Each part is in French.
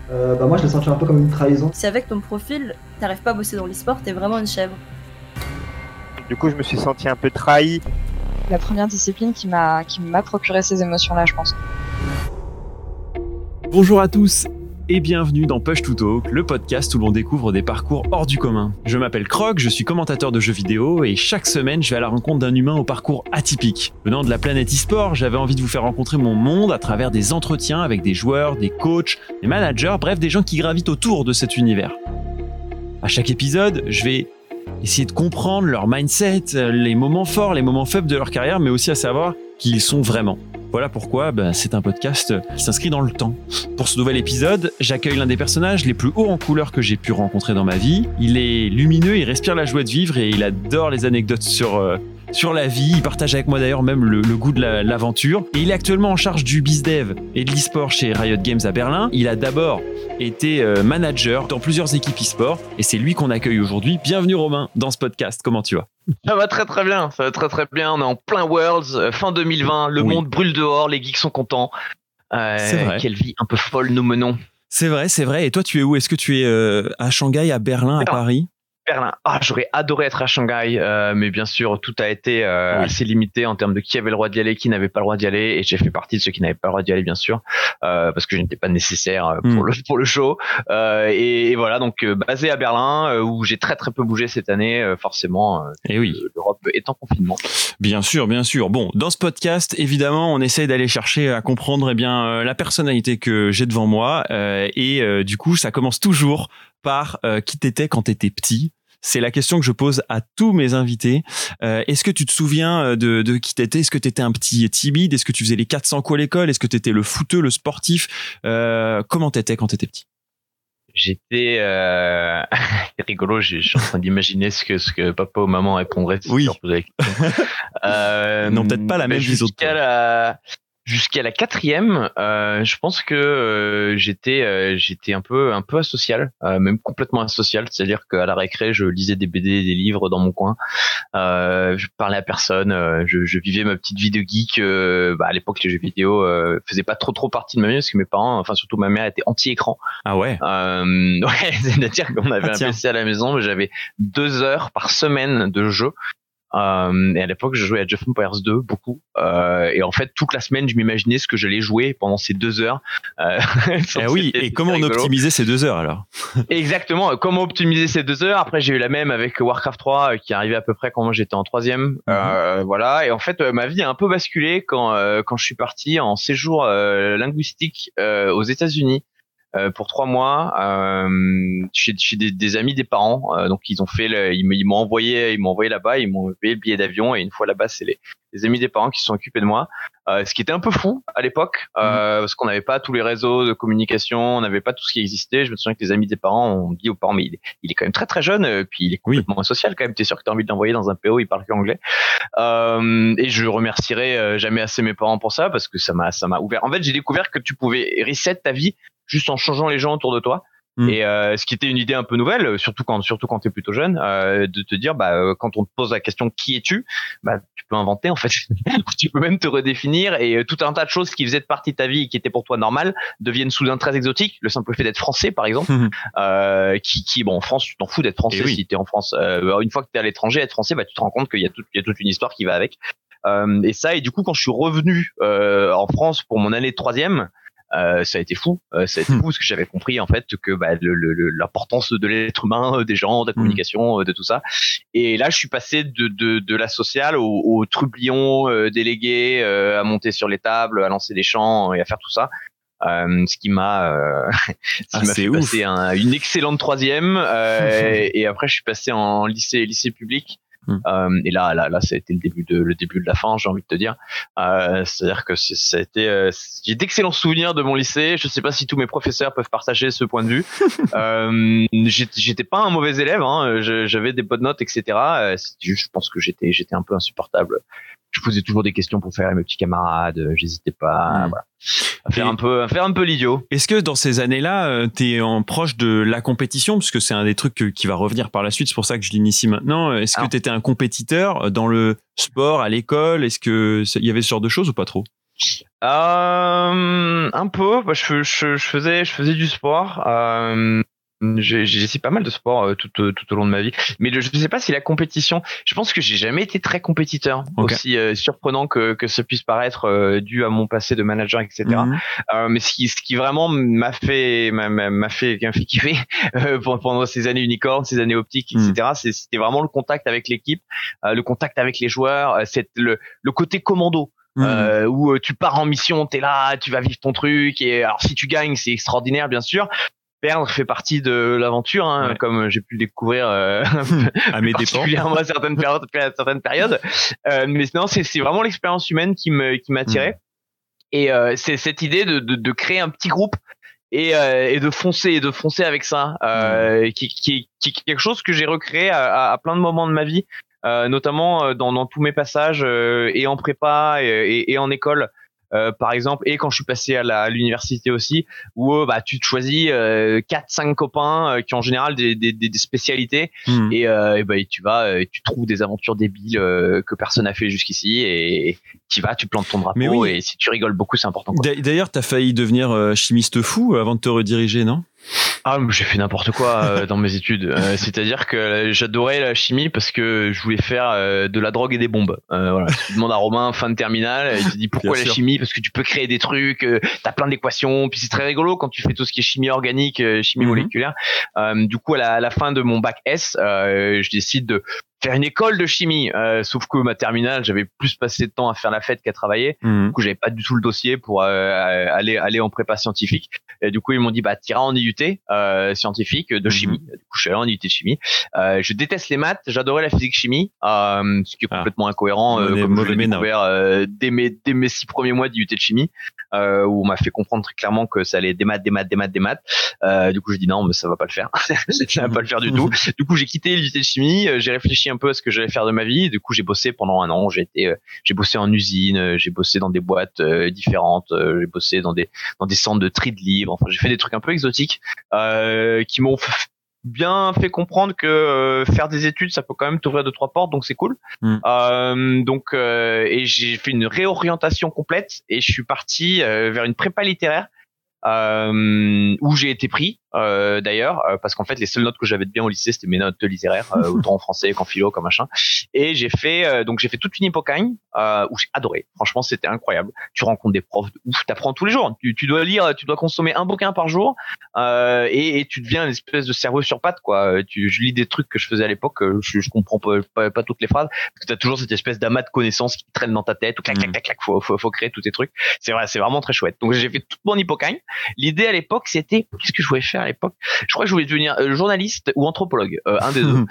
Moi je l'ai senti un peu comme une trahison. Si avec ton profil, t'arrives pas à bosser dans l'e-sport, t'es vraiment une chèvre. Du coup, je me suis senti un peu trahi. La première discipline qui m'a procuré ces émotions-là, je pense. Bonjour à tous et bienvenue dans Push to Talk, le podcast où l'on découvre des parcours hors du commun. Je m'appelle Croc, je suis commentateur de jeux vidéo et chaque semaine je vais à la rencontre d'un humain au parcours atypique. Venant de la planète e-sport, j'avais envie de vous faire rencontrer mon monde à travers des entretiens avec des joueurs, des coachs, des managers, bref des gens qui gravitent autour de cet univers. À chaque épisode, je vais essayer de comprendre leur mindset, les moments forts, les moments faibles de leur carrière, mais aussi à savoir qui ils sont vraiment. Voilà pourquoi c'est un podcast qui s'inscrit dans le temps. Pour ce nouvel épisode, j'accueille l'un des personnages les plus hauts en couleur que j'ai pu rencontrer dans ma vie. Il est lumineux, il respire la joie de vivre et il adore les anecdotes sur la vie. Il partage avec moi d'ailleurs même le goût de l'aventure. Et il est actuellement en charge du bizdev et de l'e-sport chez Riot Games à Berlin. Il a d'abord été manager dans plusieurs équipes e-sport et c'est lui qu'on accueille aujourd'hui. Bienvenue Romain dans ce podcast, comment tu vas ? Ça va très bien, on est en plein Worlds, fin 2020, le monde brûle dehors, les geeks sont contents. C'est vrai. Quelle vie un peu folle nous menons. C'est vrai. Et toi, tu es où ? Est-ce que tu es à Shanghai, à Berlin, à Paris ? Berlin. J'aurais adoré être à Shanghai, mais bien sûr, tout a été assez limité en termes de qui avait le droit d'y aller, qui n'avait pas le droit d'y aller, et j'ai fait partie de ceux qui n'avaient pas le droit d'y aller, bien sûr, parce que je n'étais pas nécessaire pour le show. Et voilà, donc basé à Berlin, où j'ai très peu bougé cette année, forcément. Et oui. L'Europe est en confinement. Bien sûr. Bon, dans ce podcast, évidemment, on essaye d'aller chercher à comprendre la personnalité que j'ai devant moi, et du coup, ça commence toujours par qui t'étais quand t'étais petit. C'est la question que je pose à tous mes invités. Est-ce que tu te souviens de qui t'étais ? Est-ce que t'étais un petit timide ? Est-ce que tu faisais les 400 coups à l'école ? Est-ce que t'étais le footeux, le sportif ? Comment t'étais quand t'étais petit ? J'étais c'est rigolo, je suis en train d'imaginer ce que papa ou maman répondraient si tu leur posais la question. Non, peut-être pas la même vision. Jusqu'à la quatrième, je pense que j'étais un peu asocial, même complètement asocial. C'est-à-dire qu'à la récré, je lisais des BD, des livres dans mon coin. Je parlais à personne. Je vivais ma petite vie de geek. À l'époque, les jeux vidéo faisaient pas trop partie de ma vie parce que mes parents, enfin surtout ma mère, était anti-écran. Ah ouais. Ouais, c'est-à-dire qu'on avait un PC à la maison, mais j'avais 2 heures par semaine de jeu. Et à l'époque, je jouais à Age of Empires 2 beaucoup. Et en fait, toute la semaine, je m'imaginais ce que j'allais jouer pendant ces 2 heures. Et comment on optimisait ces 2 heures alors ? Exactement. Comment optimiser ces 2 heures ? Après, j'ai eu la même avec Warcraft 3 qui arrivait à peu près quand moi j'étais en 3e. Voilà. Et en fait, ma vie a un peu basculé quand je suis parti en séjour linguistique aux États-Unis. Pour 3 mois chez des amis des parents, donc ils m'ont envoyé là-bas, ils m'ont payé le billet d'avion et une fois là-bas c'est les amis des parents qui se sont occupés de moi, ce qui était un peu fou à l'époque parce qu'on n'avait pas tous les réseaux de communication, on n'avait pas tout ce qui existait. Je me souviens que les amis des parents ont dit aux parents mais il est quand même très jeune, puis il est complètement asocial quand même, t'es sûr que t'as envie de l'envoyer dans un PO, il parle qu'anglais. Et je remercierai jamais assez mes parents pour ça parce que ça m'a ouvert. En fait, j'ai découvert que tu pouvais reset ta vie juste en changeant les gens autour de toi. Et ce qui était une idée un peu nouvelle, surtout quand t'es plutôt jeune, de te dire quand on te pose la question qui es-tu, tu peux inventer en fait. Tu peux même te redéfinir et tout un tas de choses qui faisaient partie de ta vie et qui étaient pour toi normales deviennent soudain très exotiques. Le simple fait d'être français par exemple, en France tu t'en fous d'être français si t'es en France. Une fois que t'es à l'étranger, être français, tu te rends compte qu'il y a toute une histoire qui va avec. Et du coup quand je suis revenu en France pour mon année de 3e, ça a été fou parce que j'avais compris en fait que l'importance de l'être humain, des gens, de la communication, de tout ça. Et là je suis passé de la sociale au trublion délégué, à monter sur les tables, à lancer des chants et à faire tout ça. Ce qui m'a fait passer une excellente 3e et après je suis passé en lycée public. Et là ça a été le début de la fin, j'ai envie de te dire. C'est-à-dire que ça a été j'ai d'excellents souvenirs de mon lycée. Je sais pas si tous mes professeurs peuvent partager ce point de vue. J'étais pas un mauvais élève, j'avais des bonnes notes, etc. Je pense que j'étais un peu insupportable. Je posais toujours des questions pour faire mes petits camarades, j'hésitais pas à faire un peu l'idiot. Est-ce que dans ces années-là, t'es proche de la compétition, parce que c'est un des trucs qui va revenir par la suite, c'est pour ça que je l'initie maintenant. Est-ce que t'étais un compétiteur dans le sport, à l'école ? Est-ce que il y avait ce genre de choses ou pas trop ? Un peu. Bah, je faisais du sport. J'ai essayé pas mal de sport tout au long de ma vie, mais je sais pas si la compétition. Je pense que j'ai jamais été très compétiteur, aussi surprenant que ce puisse paraître dû à mon passé de manager, etc. Mais ce qui vraiment m'a fait kiffer pendant ces années unicornes, ces années optiques, etc. C'était vraiment le contact avec l'équipe, le contact avec les joueurs, c'est le côté commando. Où tu pars en mission, t'es là, tu vas vivre ton truc, et alors si tu gagnes, c'est extraordinaire, bien sûr. Perdre fait partie de l'aventure, hein, comme j'ai pu le découvrir à mes dépens, particulièrement à certaines périodes. Mais non, c'est vraiment l'expérience humaine qui m'attirait. Et c'est cette idée de créer un petit groupe et de foncer avec ça, qui est quelque chose que j'ai recréé à plein de moments de ma vie, notamment dans tous mes passages et en prépa et en école. Par exemple, et quand je suis passé à l'université aussi, où tu te choisis 4-5 copains qui ont en général des spécialités, et tu trouves des aventures débiles que personne n'a fait jusqu'ici, et tu plantes ton drapeau, et si tu rigoles beaucoup, c'est important, quoi. D'ailleurs, t'as failli devenir chimiste fou avant de te rediriger, non? Ah, j'ai fait n'importe quoi dans mes études. C'est-à-dire que j'adorais la chimie parce que je voulais faire de la drogue et des bombes. Voilà. Tu demandes à Romain, fin de terminale, il te dit pourquoi la chimie? Parce que tu peux créer des trucs, t'as plein d'équations, puis c'est très rigolo quand tu fais tout ce qui est chimie organique, chimie moléculaire. Du coup, à la fin de mon bac S, je décide de faire une école de chimie, sauf que ma terminale, j'avais plus passé de temps à faire la fête qu'à travailler. Du coup, j'avais pas du tout le dossier pour aller en prépa scientifique. Et du coup, ils m'ont dit t'iras en IUT scientifique de chimie. Du coup, je suis allé en IUT de chimie. Je déteste les maths, j'adorais la physique chimie, ce qui est complètement incohérent, comme je l'ai découvert dès mes 6 premiers mois d'IUT de chimie, où on m'a fait comprendre très clairement que ça allait des maths. Du coup, j'ai dit non, mais ça va pas le faire. Ça va pas le faire du tout. Du coup, j'ai quitté l'IUT de chimie, j'ai réfléchi un peu à ce que j'allais faire de ma vie. Du coup, j'ai bossé pendant 1 an. J'ai bossé en usine, j'ai bossé dans des boîtes différentes, j'ai bossé dans des centres de tri de livres. Enfin, j'ai fait des trucs un peu exotiques qui m'ont bien fait comprendre que faire des études, ça peut quand même t'ouvrir 2-3 portes, donc c'est cool. Et j'ai fait une réorientation complète et je suis parti vers une prépa littéraire où j'ai été pris d'ailleurs, parce qu'en fait les seules notes que j'avais de bien au lycée, c'était mes notes littéraires, autant en français qu'en philo, qu'en machin. Et j'ai fait toute une Hippocagne où j'ai adoré. Franchement, c'était incroyable. Tu rencontres des profs de ouf, t'apprends tous les jours. Tu dois lire, tu dois consommer un bouquin par jour, et tu deviens une espèce de cerveau sur pattes, quoi. Je lis des trucs que je faisais à l'époque, je comprends pas toutes les phrases, parce que t'as toujours cette espèce d'amas de connaissances qui traînent dans ta tête, ou clac, faut créer tous tes trucs. C'est vrai, c'est vraiment très chouette. Donc j'ai fait toute mon Hippocagne. L'idée à l'époque, c'était, qu'est-ce que je voulais faire à l'époque? Je crois que je voulais devenir journaliste ou anthropologue, un des deux.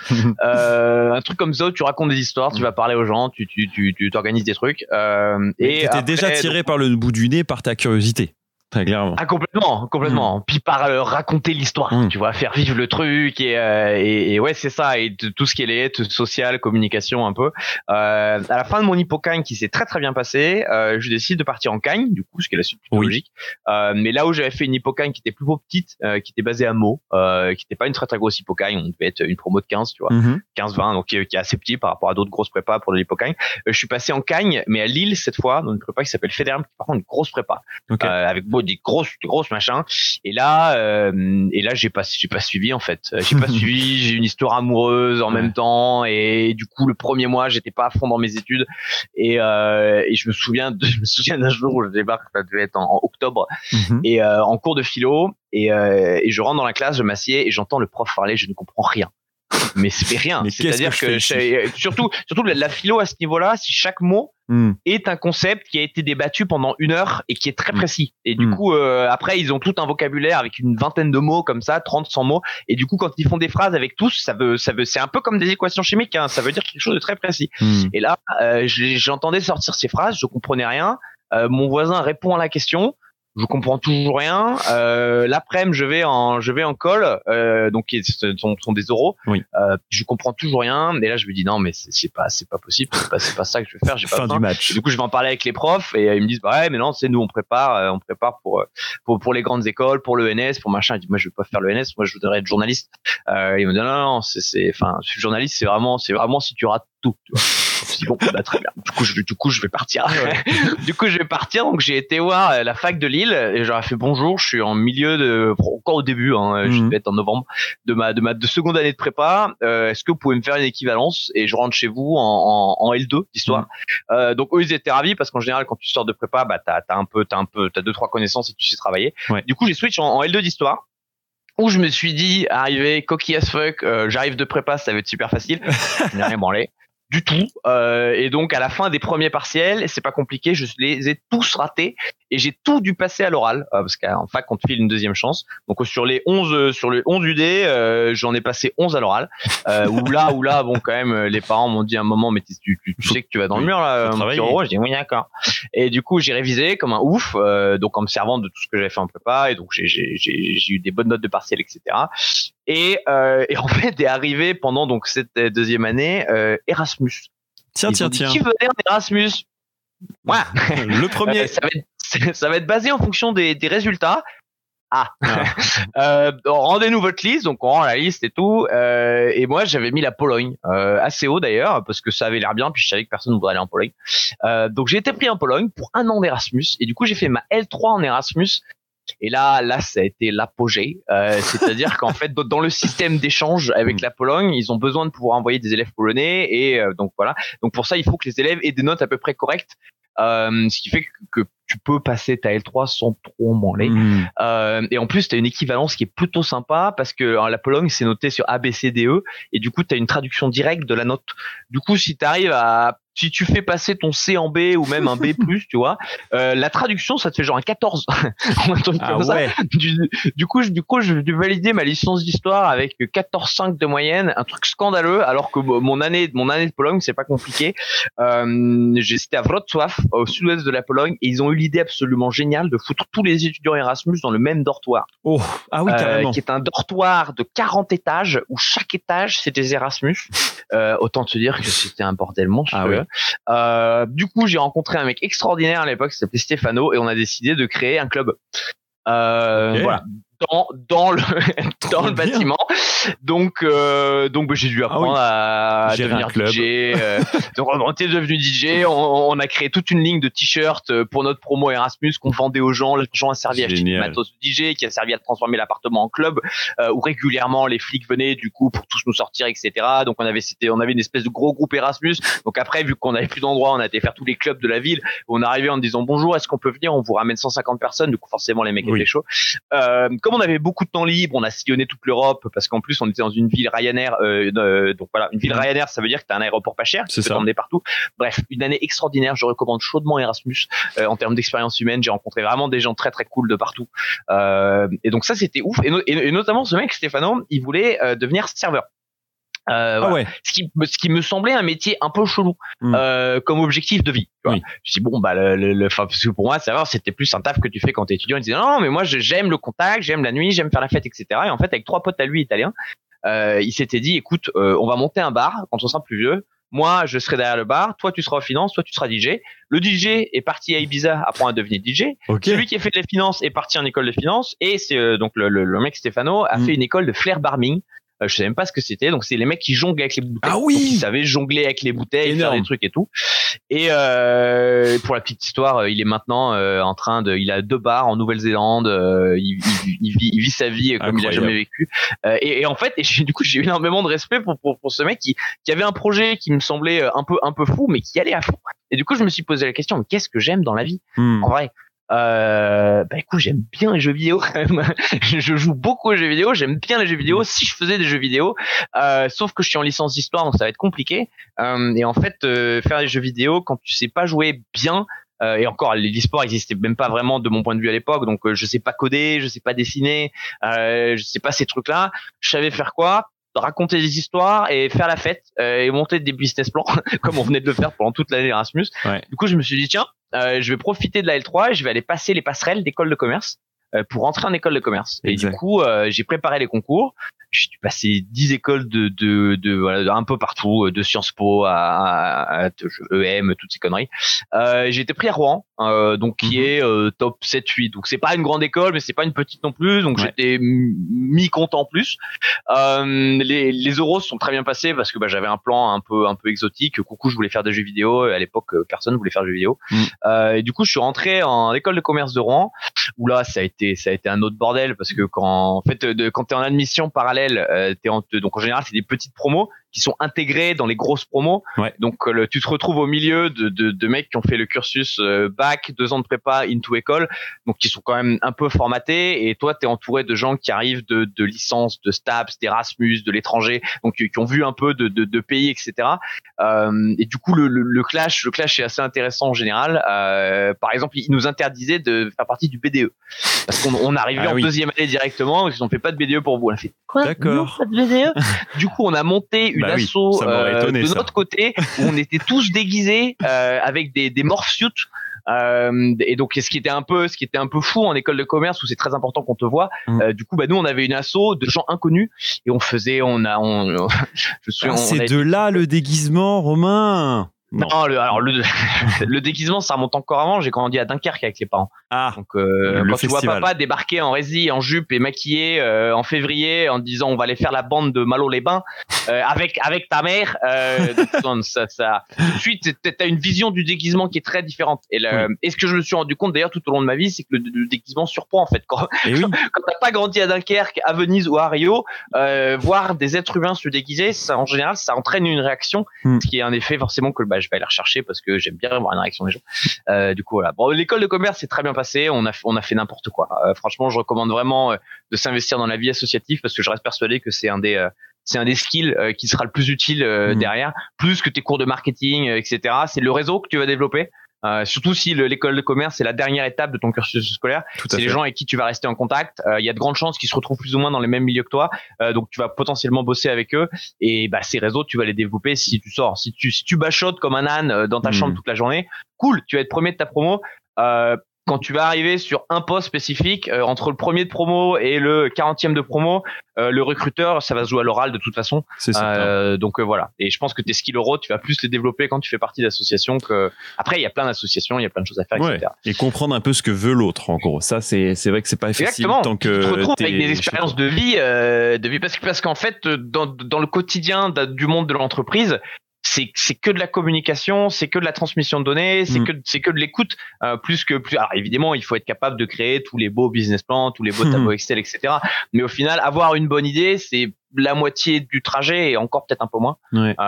Un truc comme ça où tu racontes des histoires, tu vas parler aux gens, tu t'organises des trucs. Et t'étais déjà tiré par le bout du nez par ta curiosité. Très clairement. Ah, complètement. Puis par raconter l'histoire, tu vois, faire vivre le truc, et ouais, c'est ça, et tout ce qui est les lettres sociales, communication un peu. À la fin de mon Hippocagne qui s'est très très bien passé, je décide de partir en Cagne, du coup, ce qui est la suite plutôt logique. Mais là où j'avais fait une Hippocagne qui était plus petite, qui était basée à Meaux, qui était pas une très très grosse Hippocagne, on devait être une promo de 15, tu vois, 15-20, donc qui est assez petit par rapport à d'autres grosses prépas pour l'Hippocagne. Je suis passé en Cagne, mais à Lille cette fois, dans une prépa qui s'appelle Fédérum, qui est par contre une grosse prépa, avec des grosses machins. Et là, j'ai pas suivi, en fait. J'ai pas suivi. J'ai une histoire amoureuse en même temps, et du coup, le premier mois, j'étais pas à fond dans mes études. Et je me souviens d'un jour où je débarque, ça devait être en octobre, et en cours de philo, et je rentre dans la classe, je m'assieds et j'entends le prof parler, je ne comprends rien. Mais c'est rien. C'est-à-dire que surtout la philo à ce niveau-là, si chaque mot est un concept qui a été débattu pendant 1 heure et qui est très précis. Et du coup, après, ils ont tout un vocabulaire avec une vingtaine de mots comme ça, 30, 100 mots. Et du coup, quand ils font des phrases avec tous, c'est un peu comme des équations chimiques, hein. Ça veut dire quelque chose de très précis. Et là, j'entendais sortir ces phrases, je comprenais rien. Mon voisin répond à la question. Je comprends toujours rien. L'après-midi, je vais en call, donc qui sont des oraux. Je comprends toujours rien. Et là, je me dis non, mais c'est pas possible. C'est pas ça que je vais faire. J'ai pas fin du match. Du coup, je vais en parler avec les profs et ils me disent ouais, mais non, c'est nous on prépare pour les grandes écoles, pour l'ENS, pour machin. Je dis moi, je veux pas faire l'ENS. Moi, je voudrais être journaliste. Ils me disent non, journaliste, c'est vraiment si tu rates tout. Tu vois. me suis dit, bon, bah, très bien. Du coup, je vais partir. Du coup, je vais partir. Donc, j'ai été voir la fac de Lille et j'aurais fait bonjour. Je suis en milieu encore au début, hein, je vais être en novembre de ma seconde année de prépa. Est-ce que vous pouvez me faire une équivalence et je rentre chez vous en L2 d'histoire. Donc, eux, ils étaient ravis parce qu'en général, quand tu sors de prépa, bah, t'as 2-3 connaissances et tu sais travailler. Ouais. Du coup, j'ai switch en L2 d'histoire. Où je me suis dit, arrivé, coquille as fuck, j'arrive de prépa, ça va être super facile. Je n'ai rien branlé. Du tout. Et donc, à la fin des premiers partiels, c'est pas compliqué, je les ai tous ratés et j'ai tout dû passer à l'oral, parce qu'en fac, on te file une deuxième chance. Donc, sur les 11 UD, j'en ai passé 11 à l'oral. Où là, bon, quand même, les parents m'ont dit à un moment, mais tu sais que tu vas dans le mur, là, mon petit roi. Je dis, oui, d'accord. Et du coup, j'ai révisé comme un ouf, donc en me servant de tout ce que j'avais fait en prépa, et donc j'ai eu des bonnes notes de partiel, etc. Et en fait, est arrivé pendant donc cette deuxième année Erasmus. Tiens. Qui venait en Erasmus? Voilà. Le premier. Ça va être basé en fonction des résultats. Rendez-nous votre liste, donc on rend la liste et tout. Et moi, j'avais mis la Pologne assez haut d'ailleurs parce que ça avait l'air bien. Puis je savais que personne ne voudrait aller en Pologne. Donc j'ai été pris en Pologne pour 1 an d'Erasmus. Et du coup, j'ai fait ma L3 en Erasmus. Et là, ça a été l'apogée. C'est-à-dire qu'en fait, dans le système d'échange avec la Pologne, ils ont besoin de pouvoir envoyer des élèves polonais. Et donc voilà. Donc pour ça, il faut que les élèves aient des notes à peu près correctes. Ce qui fait que tu peux passer ta L3 sans trop branler. Et en plus, tu as une équivalence qui est plutôt sympa parce que la Pologne, c'est noté sur A, B, C, D, E. Et du coup, tu as une traduction directe de la note. Du coup, si tu fais passer ton C en B ou même un B+, tu vois, la traduction, ça te fait genre un 14. Ouais. Du coup, je vais valider ma licence d'histoire avec 14,5 de moyenne, un truc scandaleux, alors que mon année de Pologne, c'est pas compliqué. C'était à Wrocław, au sud-ouest de la Pologne, et ils ont eu l'idée absolument géniale de foutre tous les étudiants Erasmus dans le même dortoir. Oh, ah oui, carrément. Qui est un dortoir de 40 étages, où chaque étage, c'est des Erasmus. Autant te dire que c'était un bordel monstrueux. Ah oui. Du coup, j'ai rencontré un mec extraordinaire à l'époque qui s'appelait Stefano et on a décidé de créer un club. Okay. Voilà. Dans le bâtiment. Donc j'ai dû apprendre à devenir DJ. Donc on était devenu DJ. On a créé toute une ligne de t-shirts pour notre promo Erasmus qu'on vendait aux gens. L'argent a servi à acheter du matos de DJ, qui a servi à transformer l'appartement en club, où régulièrement les flics venaient du coup pour tous nous sortir, etc. Donc on avait une espèce de gros groupe Erasmus. Donc après, vu qu'on n'avait plus d'endroit, on a été faire tous les clubs de la ville. On arrivait en disant bonjour, est-ce qu'on peut venir? On vous ramène 150 personnes. Du coup forcément les mecs étaient chauds. Comme on avait beaucoup de temps libre, on a sillonné toute l'Europe parce qu'en plus on était dans une ville Ryanair. Donc voilà, une ville Ryanair, ça veut dire que t'as un aéroport pas cher, tu peux t'emmener partout. Bref, une année extraordinaire. Je recommande chaudement Erasmus en termes d'expérience humaine. J'ai rencontré vraiment des gens très très cool de partout. Et donc ça c'était ouf. Et notamment ce mec Stefano, il voulait devenir serveur. Voilà. Ouais. Ce qui me semblait un métier un peu chelou comme objectif de vie. Tu vois. Je me suis dit, bon bah parce que pour moi savoir c'était plus un taf que tu fais quand t'es étudiant. Il disait non mais moi j'aime le contact, j'aime la nuit, j'aime faire la fête, etc. Et en fait avec 3 potes à lui italiens, il s'était dit écoute on va monter un bar quand on sera plus vieux. Moi, je serai derrière le bar. Toi, tu seras aux finances. Toi, tu seras DJ. Le DJ est parti à Ibiza, apprend à devenir DJ. Okay. Celui qui a fait les finances est parti en école de finance. Et c'est donc le mec Stefano a fait une école de flair barming. Je sais même pas ce que c'était. Donc c'est les mecs qui jonglent avec les bouteilles. Ah oui. Donc, ils savaient jongler avec les bouteilles, faire des trucs et tout. Et pour la petite histoire, il est maintenant il a 2 bars en Nouvelle-Zélande. Il vit sa vie comme il a jamais vécu. Et en fait, du coup, j'ai eu énormément de respect pour ce mec qui avait un projet qui me semblait un peu fou, mais qui allait à fond. Et du coup, je me suis posé la question, mais qu'est-ce que j'aime dans la vie en vrai? Écoute, j'aime bien les jeux vidéo quand même. Je joue beaucoup aux jeux vidéo, j'aime bien les jeux vidéo. Si je faisais des jeux vidéo, sauf que je suis en licence d'histoire, donc ça va être compliqué. Et en fait, faire des jeux vidéo quand tu sais pas jouer bien, et encore l'e-sport existait même pas vraiment de mon point de vue à l'époque, donc je sais pas coder, je sais pas dessiner, je sais pas ces trucs-là. Je savais faire quoi? Raconter des histoires et faire la fête et monter des business plans comme on venait de le faire pendant toute l'année Erasmus. Ouais. Du coup, je me suis dit tiens, je vais profiter de la L3 et je vais aller passer les passerelles d'école de commerce. pour rentrer en école de commerce. Exact. Et du coup, j'ai préparé les concours. J'ai dû passer 10 écoles voilà, un peu partout, de Sciences Po à EM, toutes ces conneries. J'ai été pris à Rouen, donc qui est top 7-8. Donc c'est pas une grande école, mais c'est pas une petite non plus. Donc j'étais mi-content en plus. Les euros se sont très bien passés parce que j'avais un plan un peu exotique. Coucou, je voulais faire des jeux vidéo. À l'époque, personne voulait faire des jeux vidéo. Et du coup, je suis rentré en école de commerce de Rouen, où là, ça a été un autre bordel parce que quand t'es en admission parallèle, donc en général, c'est des petites promos qui sont intégrées dans les grosses promos. Ouais. Donc tu te retrouves au milieu de mecs qui ont fait le cursus bac, 2 ans de prépa, into école, donc qui sont quand même un peu formatés. Et toi, t'es entouré de gens qui arrivent de licences, de STAPS, d'Erasmus, de l'étranger, donc qui ont vu un peu de pays, etc. Et du coup, le clash est assez intéressant en général. Par exemple, ils nous interdisaient de faire partie du BDE parce qu'on arrivait en deuxième année directement. Ils ont fait pas de BDE pour vous. On a fait Quoi? D'accord. Non, pas de BDE. Du coup, on a monté une asso de notre côté où on était tous déguisés avec des morph suits. Et donc ce qui était un peu fou en école de commerce où c'est très important qu'on te voit. Du coup, nous on avait une asso de gens inconnus et je me souviens, c'est de là le déguisement, Romain. Non, le déguisement, ça remonte encore avant. J'ai grandi à Dunkerque avec les parents. Donc, quand tu vois papa débarquer en rési, en jupe et maquillé en février en disant on va aller faire la bande de Malo-les-Bains avec ta mère, ça tout de suite, t'as une vision du déguisement qui est très différente. Et ce que je me suis rendu compte d'ailleurs tout au long de ma vie, c'est que le déguisement surprend en fait. Quand t'as pas grandi à Dunkerque, à Venise ou à Rio, voir des êtres humains se déguiser, ça, en général, ça entraîne une réaction, ce qui est un effet forcément que je vais aller rechercher parce que j'aime bien voir une réaction des gens. Du coup, voilà. Bon, l'école de commerce c'est très bien passé. On a fait n'importe quoi. Franchement, je recommande vraiment de s'investir dans la vie associative parce que je reste persuadé que c'est un des skills qui sera le plus utile derrière, plus que tes cours de marketing, etc. C'est le réseau que tu vas développer. Surtout si l'école de commerce est la dernière étape de ton cursus scolaire, c'est les gens avec qui tu vas rester en contact. Il y a de grandes chances qu'ils se retrouvent plus ou moins dans les mêmes milieux que toi, donc tu vas potentiellement bosser avec eux. Et ces réseaux, tu vas les développer si tu sors. Si tu bachotes comme un âne dans ta chambre toute la journée, cool, tu vas être premier de ta promo. Quand tu vas arriver sur un poste spécifique, entre le premier de promo et le 40e de promo, le recruteur, ça va se jouer à l'oral de toute façon. C'est ça. Donc voilà. Et je pense que tes skills oraux, tu vas plus les développer quand tu fais partie d'associations que. Après, il y a plein d'associations, il y a plein de choses à faire, etc. Et comprendre un peu ce que veut l'autre, en gros. Ça, c'est vrai que c'est pas facile. Exactement. Tant que tu te retrouves avec des expériences de vie, parce qu'en fait, dans le quotidien du monde de l'entreprise, c'est que de la communication, c'est que de la transmission de données, c'est que de l'écoute, plus. Alors évidemment, il faut être capable de créer tous les beaux business plans, tous les beaux tableaux Excel, etc. Mais au final, avoir une bonne idée, c'est la moitié du trajet et encore peut-être un peu moins.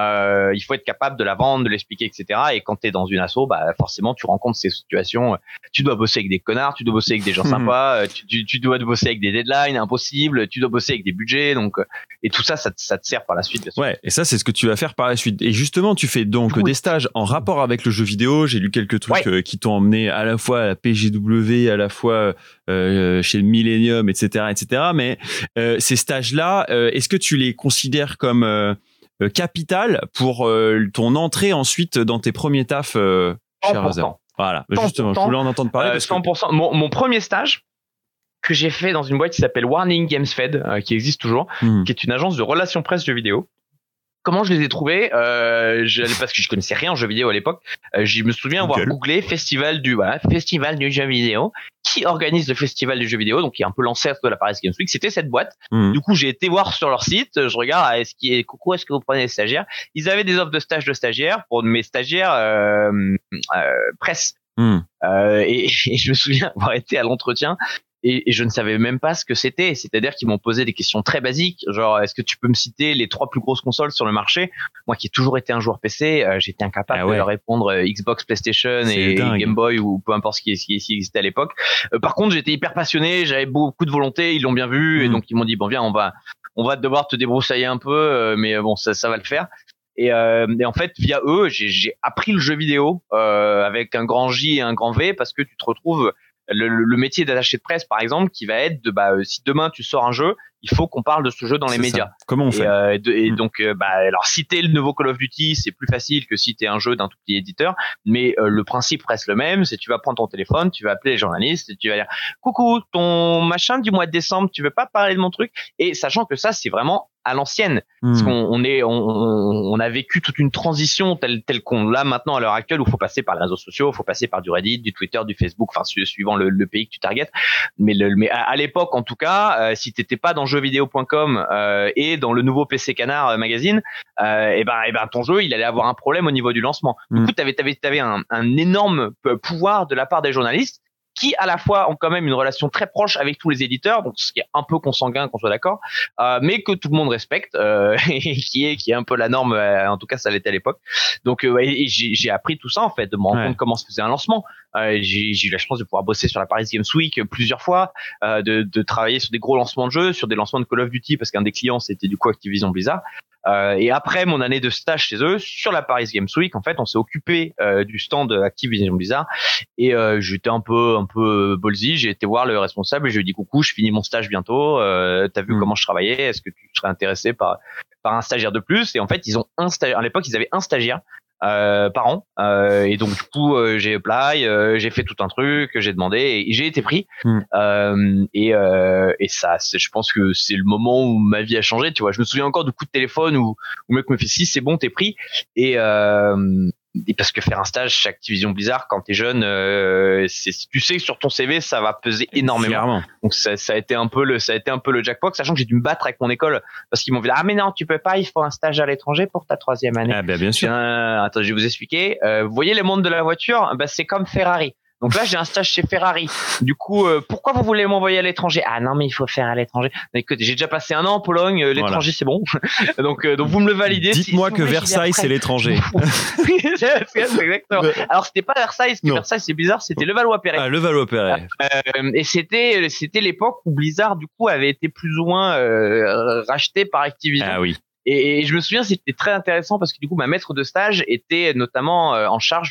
Il faut être capable de la vendre, de l'expliquer, etc. Et quand t'es dans une asso, forcément, tu rencontres ces situations. Tu dois bosser avec des connards, tu dois bosser avec des gens sympas, tu dois bosser avec des deadlines impossibles, tu dois bosser avec des budgets. Donc, et tout ça, ça te sert par la suite. Bien sûr. Ouais. Et ça, c'est ce que tu vas faire par la suite. Et justement, tu fais donc des stages en rapport avec le jeu vidéo. J'ai lu quelques trucs qui t'ont emmené à la fois à la PGW, à la fois chez le Millennium, etc., etc. Mais ces stages-là, est-ce que tu les considères comme capital pour ton entrée ensuite dans tes premiers tafs chez Razer? Voilà, justement, je voulais en entendre parler. Parce 100%. Mon premier stage que j'ai fait dans une boîte qui s'appelle Warning Games Fed, qui existe toujours, qui est une agence de relations presse jeux vidéo. Comment je les ai trouvés parce que je connaissais rien en jeux vidéo à l'époque. Je me souviens avoir googlé festival du jeu vidéo. Qui organise le festival du jeu vidéo, donc qui est un peu l'ancêtre de la Paris Games Week. C'était cette boîte. Du coup, j'ai été voir sur leur site. Je regarde, coucou, est-ce que vous prenez des stagiaires? Ils avaient des offres de stage de stagiaires pour mes stagiaires presse. Et je me souviens avoir été à l'entretien. Et je ne savais même pas ce que c'était. C'est-à-dire qu'ils m'ont posé des questions très basiques, genre est-ce que tu peux me citer les 3 plus grosses consoles sur le marché? Moi qui ai toujours été un joueur PC, j'étais incapable de leur répondre Xbox, PlayStation et Game Boy ou peu importe ce qui existait à l'époque. Par contre, j'étais hyper passionné, j'avais beaucoup de volonté, ils l'ont bien vu et donc ils m'ont dit bon viens, on va devoir te débroussailler un peu, mais bon ça va le faire. Et en fait, via eux, j'ai appris le jeu vidéo avec un grand J et un grand V parce que tu te retrouves le métier d'attaché de presse, par exemple, qui va être si demain tu sors un jeu, il faut qu'on parle de ce jeu dans les médias. Comment on fait? Donc, alors si t'es le nouveau Call of Duty, c'est plus facile que si t'es un jeu d'un tout petit éditeur, mais le principe reste le même. C'est tu vas prendre ton téléphone, tu vas appeler les journalistes, et tu vas dire coucou, ton machin du mois de décembre, tu veux pas parler de mon truc? Et sachant que ça, c'est vraiment à l'ancienne, parce qu'on a vécu toute une transition telle qu'on l'a maintenant à l'heure actuelle, où il faut passer par les réseaux sociaux, il faut passer par du Reddit, du Twitter, du Facebook, enfin suivant le pays que tu targetes. Mais à l'époque, en tout cas, si t'étais pas dans jeuxvideo.com et dans le nouveau PC Canard magazine, et ben ton jeu, il allait avoir un problème au niveau du lancement. Du coup, t'avais un énorme pouvoir de la part des journalistes, qui à la fois ont quand même une relation très proche avec tous les éditeurs, donc ce qui est un peu consanguin, qu'on soit d'accord, mais que tout le monde respecte, et qui est un peu la norme, en tout cas ça l'était à l'époque. Donc et j'ai appris tout ça en fait, de me rendre compte comment se faisait un lancement. J'ai eu la chance de pouvoir bosser sur la Paris Games Week plusieurs fois, de travailler sur des gros lancements de jeux, sur des lancements de Call of Duty, parce qu'un des clients c'était du coup Activision Blizzard. Et après mon année de stage chez eux, sur la Paris Games Week, en fait, on s'est occupé du stand Activision Blizzard, et j'étais un peu ballsy. J'ai été voir le responsable et je lui ai dit coucou, je finis mon stage bientôt. T'as vu comment je travaillais? Est-ce que tu serais intéressé par un stagiaire de plus? Et en fait, ils ont un stagiaire. À l'époque, ils avaient un stagiaire par an, et donc du coup j'ai apply, j'ai fait tout un truc, j'ai demandé et j'ai été pris. Et ça, je pense que c'est le moment où ma vie a changé, tu vois. Je me souviens encore du coup de téléphone où le mec me fait si c'est bon, t'es pris. Et parce que faire un stage chez Activision Blizzard quand t'es jeune, tu sais que sur ton CV ça va peser énormément. Clairement. Donc ça a été un peu le jackpot, sachant que j'ai dû me battre avec mon école parce qu'ils m'ont dit ah mais non tu peux pas, il faut un stage à l'étranger pour ta 3e année. Ah ben bien sûr. Attends, je vais vous expliquer. Vous voyez le monde de la voiture, c'est comme Ferrari. Donc là, j'ai un stage chez Ferrari. Du coup, pourquoi vous voulez m'envoyer à l'étranger? Ah non, mais il faut faire à l'étranger. Écoute, j'ai déjà passé 1 an en Pologne. L'étranger, c'est bon. donc vous me le validez. Dites-moi que Versailles, c'est l'étranger. c'est exactement. Alors, c'était pas Versailles, parce que Versailles, c'est bizarre. C'était Levallois-Perret. Ah, Levallois-Perret. Et c'était l'époque où Blizzard, du coup, avait été plus ou moins racheté par Activision. Ah oui. Et je me souviens, c'était très intéressant parce que du coup, ma maître de stage était notamment en charge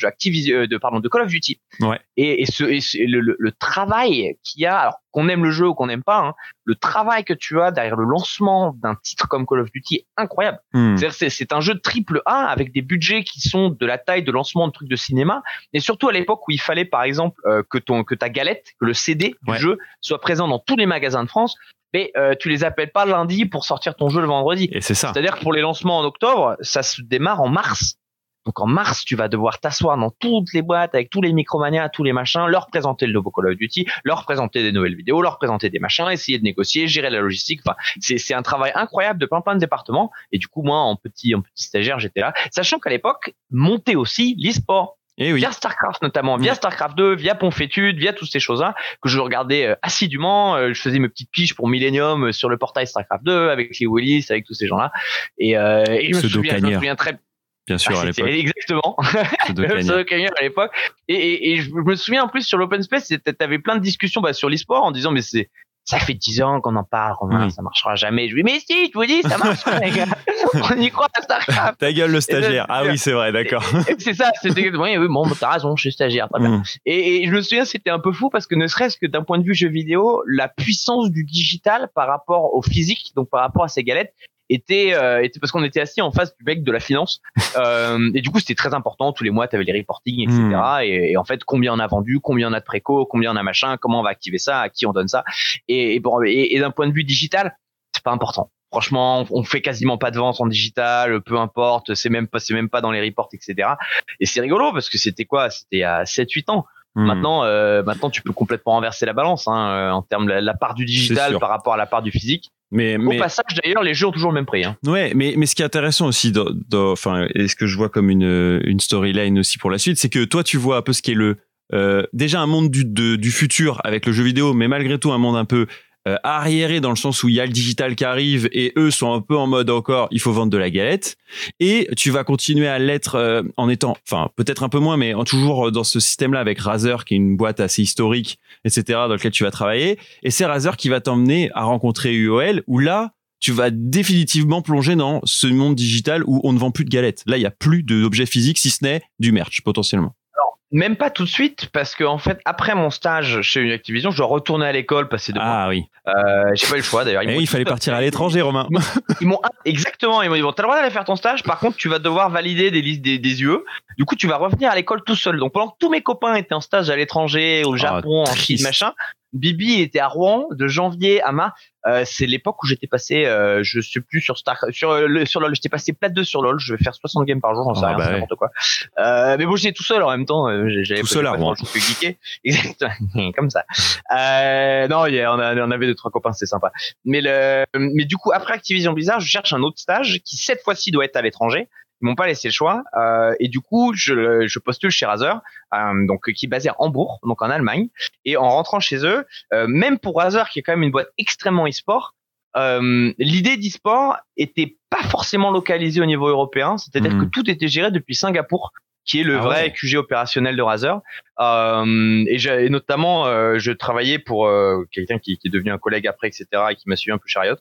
de Call of Duty. Ouais. Et le travail qu'il y a, alors qu'on aime le jeu ou qu'on n'aime pas, le travail que tu as derrière le lancement d'un titre comme Call of Duty est incroyable. C'est-à-dire, c'est un jeu de AAA avec des budgets qui sont de la taille de lancement de trucs de cinéma, et surtout à l'époque où il fallait, par exemple, que ta galette, que le CD du jeu soit présent dans tous les magasins de France. Mais tu les appelles pas lundi pour sortir ton jeu le vendredi. Et c'est ça. C'est-à-dire que pour les lancements en octobre, ça se démarre en mars. Donc en mars, tu vas devoir t'asseoir dans toutes les boîtes avec tous les Micromania, tous les machins, leur présenter le nouveau Call of Duty, leur présenter des nouvelles vidéos, leur présenter des machins, essayer de négocier, gérer la logistique. Enfin, c'est un travail incroyable de plein de départements. Et du coup, moi, en petit stagiaire, j'étais là. Sachant qu'à l'époque, montait aussi l'e-sport. Et oui. Via StarCraft notamment, via StarCraft 2, via Ponfétude, via toutes ces choses-là que je regardais assidûment. Je faisais mes petites piges pour Millennium sur le portail StarCraft 2 avec les Willis, avec tous ces gens-là. Et je me souviens très bien sûr à l'époque. Exactement. Pseudo-Cagnard à l'époque. Et je me souviens en plus sur l'Open Space, t'avais plein de discussions sur l'e-sport en disant mais ça fait 10 ans qu'on en parle, ça marchera jamais. Je dis, mais si, je vous dis, ça marche, les gars. On y croit à StarCraft. Ta gueule, le stagiaire. Ah oui, c'est vrai, d'accord. C'est ça, c'était, oui, bon, t'as raison, je suis stagiaire, très bien. Et je me souviens, c'était un peu fou parce que ne serait-ce que d'un point de vue jeu vidéo, la puissance du digital par rapport au physique, donc par rapport à ces galettes, était parce qu'on était assis en face du mec de la finance, et du coup c'était très important. Tous les mois t'avais les reportings, etc. Et en fait, combien on a vendu, combien on a de préco, combien on a machin, comment on va activer ça, à qui on donne ça. Et d'un point de vue digital, c'est pas important. Franchement, on fait quasiment pas de vente en digital, peu importe, c'est même pas dans les reports, etc. Et c'est rigolo parce que c'était il y a 7-8 ans. Maintenant, tu peux complètement renverser la balance, en termes de la part du digital par rapport à la part du physique. Au passage, d'ailleurs, les jeux ont toujours le même prix. Ouais, mais ce qui est intéressant aussi, et ce que je vois comme une storyline aussi pour la suite, c'est que toi, tu vois un peu ce qui est déjà un monde du futur avec le jeu vidéo, mais malgré tout un monde un peu arriéré dans le sens où il y a le digital qui arrive et eux sont un peu en mode encore il faut vendre de la galette, et tu vas continuer à l'être en étant, enfin peut-être un peu moins, mais toujours dans ce système-là avec Razer qui est une boîte assez historique, etc., dans lequel tu vas travailler, et c'est Razer qui va t'emmener à rencontrer UOL où là tu vas définitivement plonger dans ce monde digital où on ne vend plus de galettes. Là il n'y a plus d'objets physiques si ce n'est du merch potentiellement. Même pas tout de suite, parce que en fait, après mon stage chez Activision, je dois retourner à l'école, passer 2 mois. Ah oui. J'ai pas eu le choix d'ailleurs. Et il fallait partir à l'étranger, Romain. Exactement, ils m'ont dit bon, t'as le droit d'aller faire ton stage, par contre tu vas devoir valider des listes des UE. Du coup, tu vas revenir à l'école tout seul. Donc pendant que tous mes copains étaient en stage à l'étranger, au Japon, en Chine, machin, Bibi était à Rouen de janvier à mars. C'est l'époque où j'étais passé, je sais plus sur LoL, j'étais passé plate 2 sur LoL. Je vais faire 60 games par jour, j'en sais rien, c'est n'importe quoi. Mais bon, j'étais tout seul en même temps. J'avais tout seul à Rouen. Je suis geeké, exactement, comme ça. Non, on avait 2-3 copains, c'était sympa. Mais du coup, après Activision Blizzard, je cherche un autre stage qui cette fois-ci doit être à l'étranger. Ils m'ont pas laissé le choix, et du coup je postule chez Razer, donc qui est basé à Hambourg, donc en Allemagne. Et en rentrant chez eux, même pour Razer qui est quand même une boîte extrêmement e-sport, l'idée d'e-sport était pas forcément localisée au niveau européen, c'est-à-dire que tout était géré depuis Singapour, qui est le vrai QG opérationnel de Razer. Et notamment, je travaillais pour quelqu'un qui est devenu un collègue après, etc., et qui m'a suivi un peu chez Riot.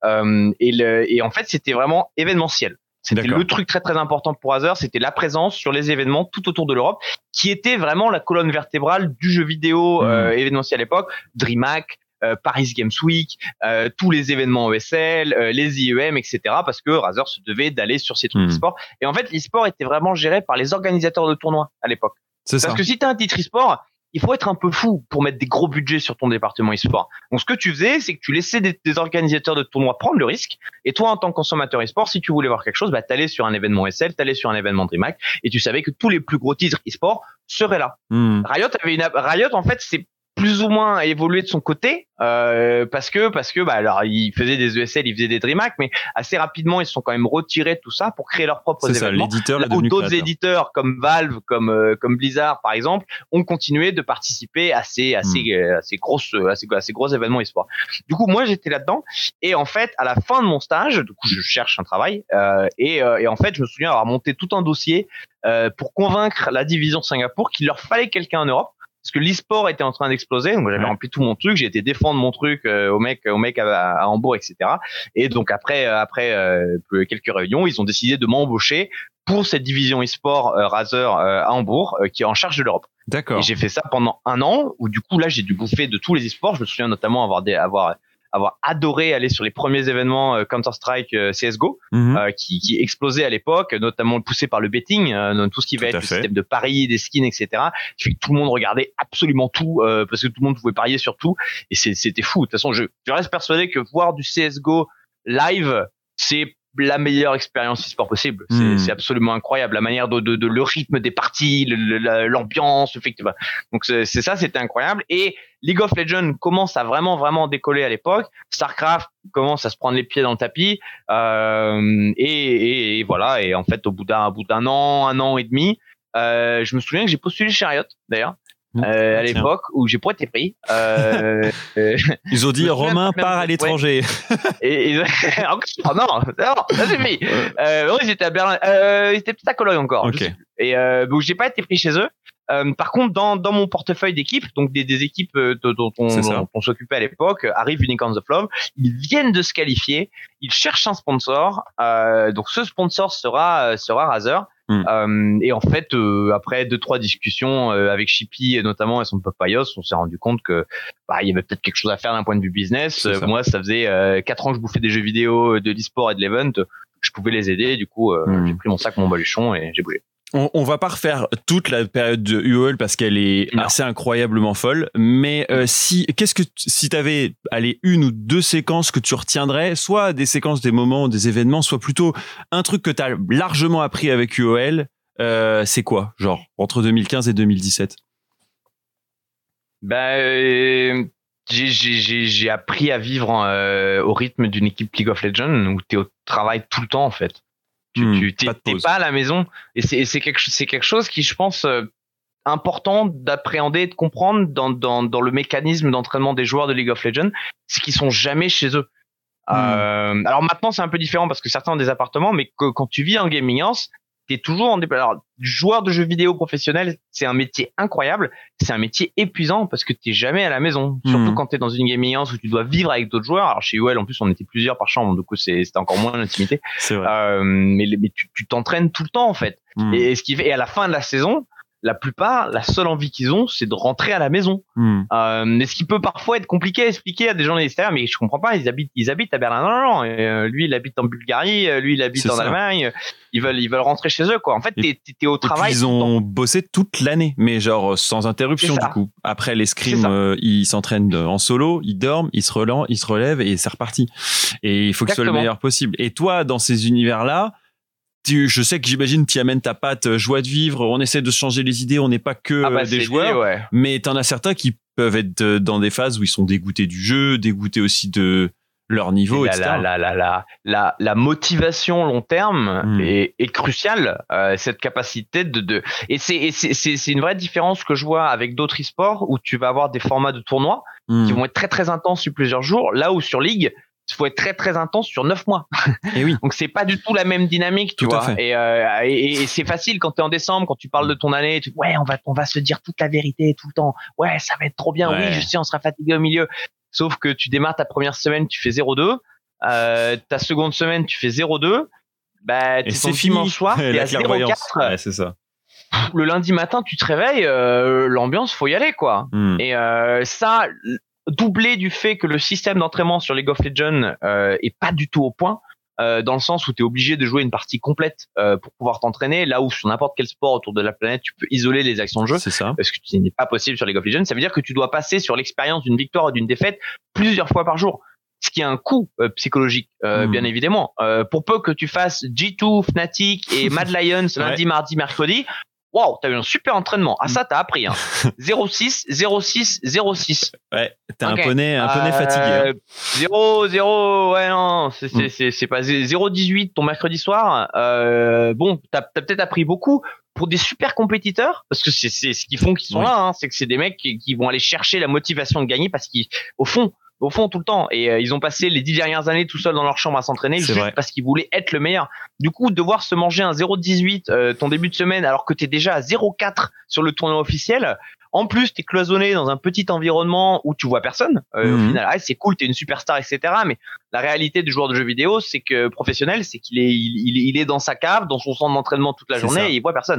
Et en fait, c'était vraiment événementiel. C'était le truc très très important pour Razer, c'était la présence sur les événements tout autour de l'Europe, qui était vraiment la colonne vertébrale du jeu vidéo événementiel à l'époque. DreamHack, Paris Games Week, tous les événements ESL, les IEM, etc. Parce que Razer se devait d'aller sur ces trucs d'e-sport. Et en fait, l'e-sport était vraiment géré par les organisateurs de tournois à l'époque. Parce que si t'as un titre e-sport, il faut être un peu fou pour mettre des gros budgets sur ton département e-sport. Donc, ce que tu faisais, c'est que tu laissais des organisateurs de tournois prendre le risque. Et toi, en tant que consommateur e-sport, si tu voulais voir quelque chose, bah, t'allais sur un événement SL, t'allais sur un événement DreamHack, et tu savais que tous les plus gros titres e-sport seraient là. Riot, en fait, c'est plus ou moins évolué de son côté, parce que bah alors ils faisaient des ESL, ils faisaient des DreamHack, mais assez rapidement ils se sont quand même retirés de tout ça pour créer leurs propres événements. L'éditeur là où d'autres éditeurs comme Valve, comme Blizzard par exemple, ont continué de participer à ces gros événements e-sport. Du coup, moi j'étais là-dedans, et en fait à la fin de mon stage, du coup je cherche un travail, et en fait je me souviens avoir monté tout un dossier pour convaincre la division Singapour qu'il leur fallait quelqu'un en Europe. Parce que l'e-sport était en train d'exploser, donc j'avais rempli tout mon truc, j'ai été défendre mon truc au mec à Hambourg, etc. Et donc après quelques réunions, ils ont décidé de m'embaucher pour cette division e-sport Razer à Hambourg, qui est en charge de l'Europe. D'accord. Et j'ai fait ça pendant 1 an, où du coup là j'ai dû bouffer de tous les e-sports. Je me souviens notamment avoir adoré aller sur les premiers événements Counter-Strike CSGO, qui explosait à l'époque, notamment poussé par le betting, tout ce qui va être le système de paris, des skins, etc. Qui fait que tout le monde regardait absolument tout, parce que tout le monde pouvait parier sur tout, et c'était fou. De toute façon, je reste persuadé que voir du CSGO live, c'est la meilleure expérience e-sport possible. C'est absolument incroyable, la manière de le rythme des parties, l'ambiance, le fait que donc c'était incroyable. Et League of Legends commence à vraiment décoller à l'époque. Starcraft commence à se prendre les pieds dans le tapis, et voilà. Et en fait, au bout d'un an, 1 an et demi, je me souviens que j'ai postulé chez Riot d'ailleurs. À l'époque où j'ai pas été pris. Ils ont dit Romain part à l'étranger. Oh non, ça c'est fini. Ils étaient à Berlin, ils étaient peut-être à Cologne encore. Okay. Et donc j'ai pas été pris chez eux. Par contre, dans mon portefeuille d'équipe, donc des équipes dont on s'occupait à l'époque, arrive Unicorns of Love. Ils viennent de se qualifier. Ils cherchent un sponsor. Donc ce sponsor sera Razer. Et en fait, après 2-3 discussions avec Shippy et notamment et son Papayos, on s'est rendu compte que il y avait peut-être quelque chose à faire d'un point de vue business. Moi, ça faisait 4 ans que je bouffais des jeux vidéo, de l'e-sport et de l'event. Je pouvais les aider. Du coup, j'ai pris mon sac, mon baluchon et j'ai bougé. On va pas refaire toute la période de UOL parce qu'elle est assez incroyablement folle. Mais si t'avais 1 ou 2 séquences que tu retiendrais, soit des séquences, des moments, des événements, soit plutôt un truc que t'as largement appris avec UOL, c'est quoi, genre entre 2015 et 2017? J'ai appris à vivre au rythme d'une équipe League of Legends où t'es au travail tout le temps en fait. T'es pas à la maison, et c'est quelque chose qui, je pense, important d'appréhender et de comprendre dans le mécanisme d'entraînement des joueurs de League of Legends, c'est qu'ils sont jamais chez eux. Alors maintenant c'est un peu différent parce que certains ont des appartements, mais quand tu vis en gaming house, t'es toujours en déplacement. Alors, joueur de jeux vidéo professionnel, c'est un métier incroyable, c'est un métier épuisant parce que t'es jamais à la maison, surtout quand t'es dans une gaming house où tu dois vivre avec d'autres joueurs. Alors chez UOL en plus on était plusieurs par chambre, du coup c'était encore moins d'intimité. C'est vrai. Mais tu t'entraînes tout le temps en fait. Et ce qui fait, et à la fin de la saison, la plupart, la seule envie qu'ils ont, c'est de rentrer à la maison. Mais ce qui peut parfois être compliqué à expliquer à des gens de l'extérieur, mais je comprends pas, ils habitent à Berlin. Non. Et, lui, il habite en Bulgarie, lui, il habite en Allemagne. Ils veulent rentrer chez eux, quoi. En fait, t'es au travail. Ils ont bossé toute l'année, mais genre sans interruption, du coup. Après les scrims, ils s'entraînent en solo, ils dorment, ils se relèvent et c'est reparti. Et il faut que ce soit le meilleur possible. Et toi, dans ces univers-là, je sais que j'imagine tu amènes ta patte joie de vivre, on essaie de se changer les idées, on n'est pas que des joueurs, mais t'en as certains qui peuvent être dans des phases où ils sont dégoûtés du jeu, dégoûtés aussi de leur niveau, etc. La motivation long terme est cruciale, cette capacité et c'est une vraie différence que je vois avec d'autres e-sports où tu vas avoir des formats de tournois qui vont être très très intenses sur plusieurs jours, là où sur League il faut être très très intense sur 9 mois. Et oui. Donc c'est pas du tout la même dynamique, tu vois. Et c'est facile quand t'es en décembre, quand tu parles de ton année, on va se dire toute la vérité tout le temps. Ouais, ça va être trop bien. Ouais. Oui, je sais, on sera fatigué au milieu. Sauf que tu démarres ta première semaine, tu fais 0-2. Ta seconde semaine, tu fais 0-2. Bah, et c'est fini. Dimanche soir, t'es à 0-4. Ouais, c'est ça. Le lundi matin, tu te réveilles, l'ambiance, faut y aller, quoi. Et ça, doublé du fait que le système d'entraînement sur League of Legends est pas du tout au point, dans le sens où tu es obligé de jouer une partie complète pour pouvoir t'entraîner, là où sur n'importe quel sport autour de la planète, tu peux isoler les actions de jeu. C'est ça. Parce que ce n'est pas possible sur League of Legends. Ça veut dire que tu dois passer sur l'expérience d'une victoire ou d'une défaite plusieurs fois par jour. Ce qui a un coût psychologique, bien évidemment. Pour peu que tu fasses G2, Fnatic et Mad Lions lundi, mardi, mercredi, wow, t'as eu un super entraînement. Ah, ça, t'as appris, hein. 0-6, 0-6, 0-6. Ouais, t'as un poney fatigué. 0-0, ouais, non, c'est pas 0-18 ton mercredi soir. Bon, t'as peut-être appris beaucoup pour des super compétiteurs, parce que c'est ce qu'ils font qu'ils sont là, hein. C'est que c'est des mecs qui vont aller chercher la motivation de gagner parce qu'au fond tout le temps, et ils ont passé les 10 dernières années tout seuls dans leur chambre à s'entraîner juste parce qu'ils voulaient être le meilleur. Du coup, devoir se manger un 0-18 ton début de semaine alors que t'es déjà à 0-4 sur le tournoi officiel, en plus t'es cloisonné dans un petit environnement où tu vois personne, au final c'est cool, t'es une superstar, etc. Mais la réalité du joueur de jeux vidéo, c'est que professionnel, c'est qu'il est il est dans sa cave, dans son centre d'entraînement toute la journée, et il voit personne.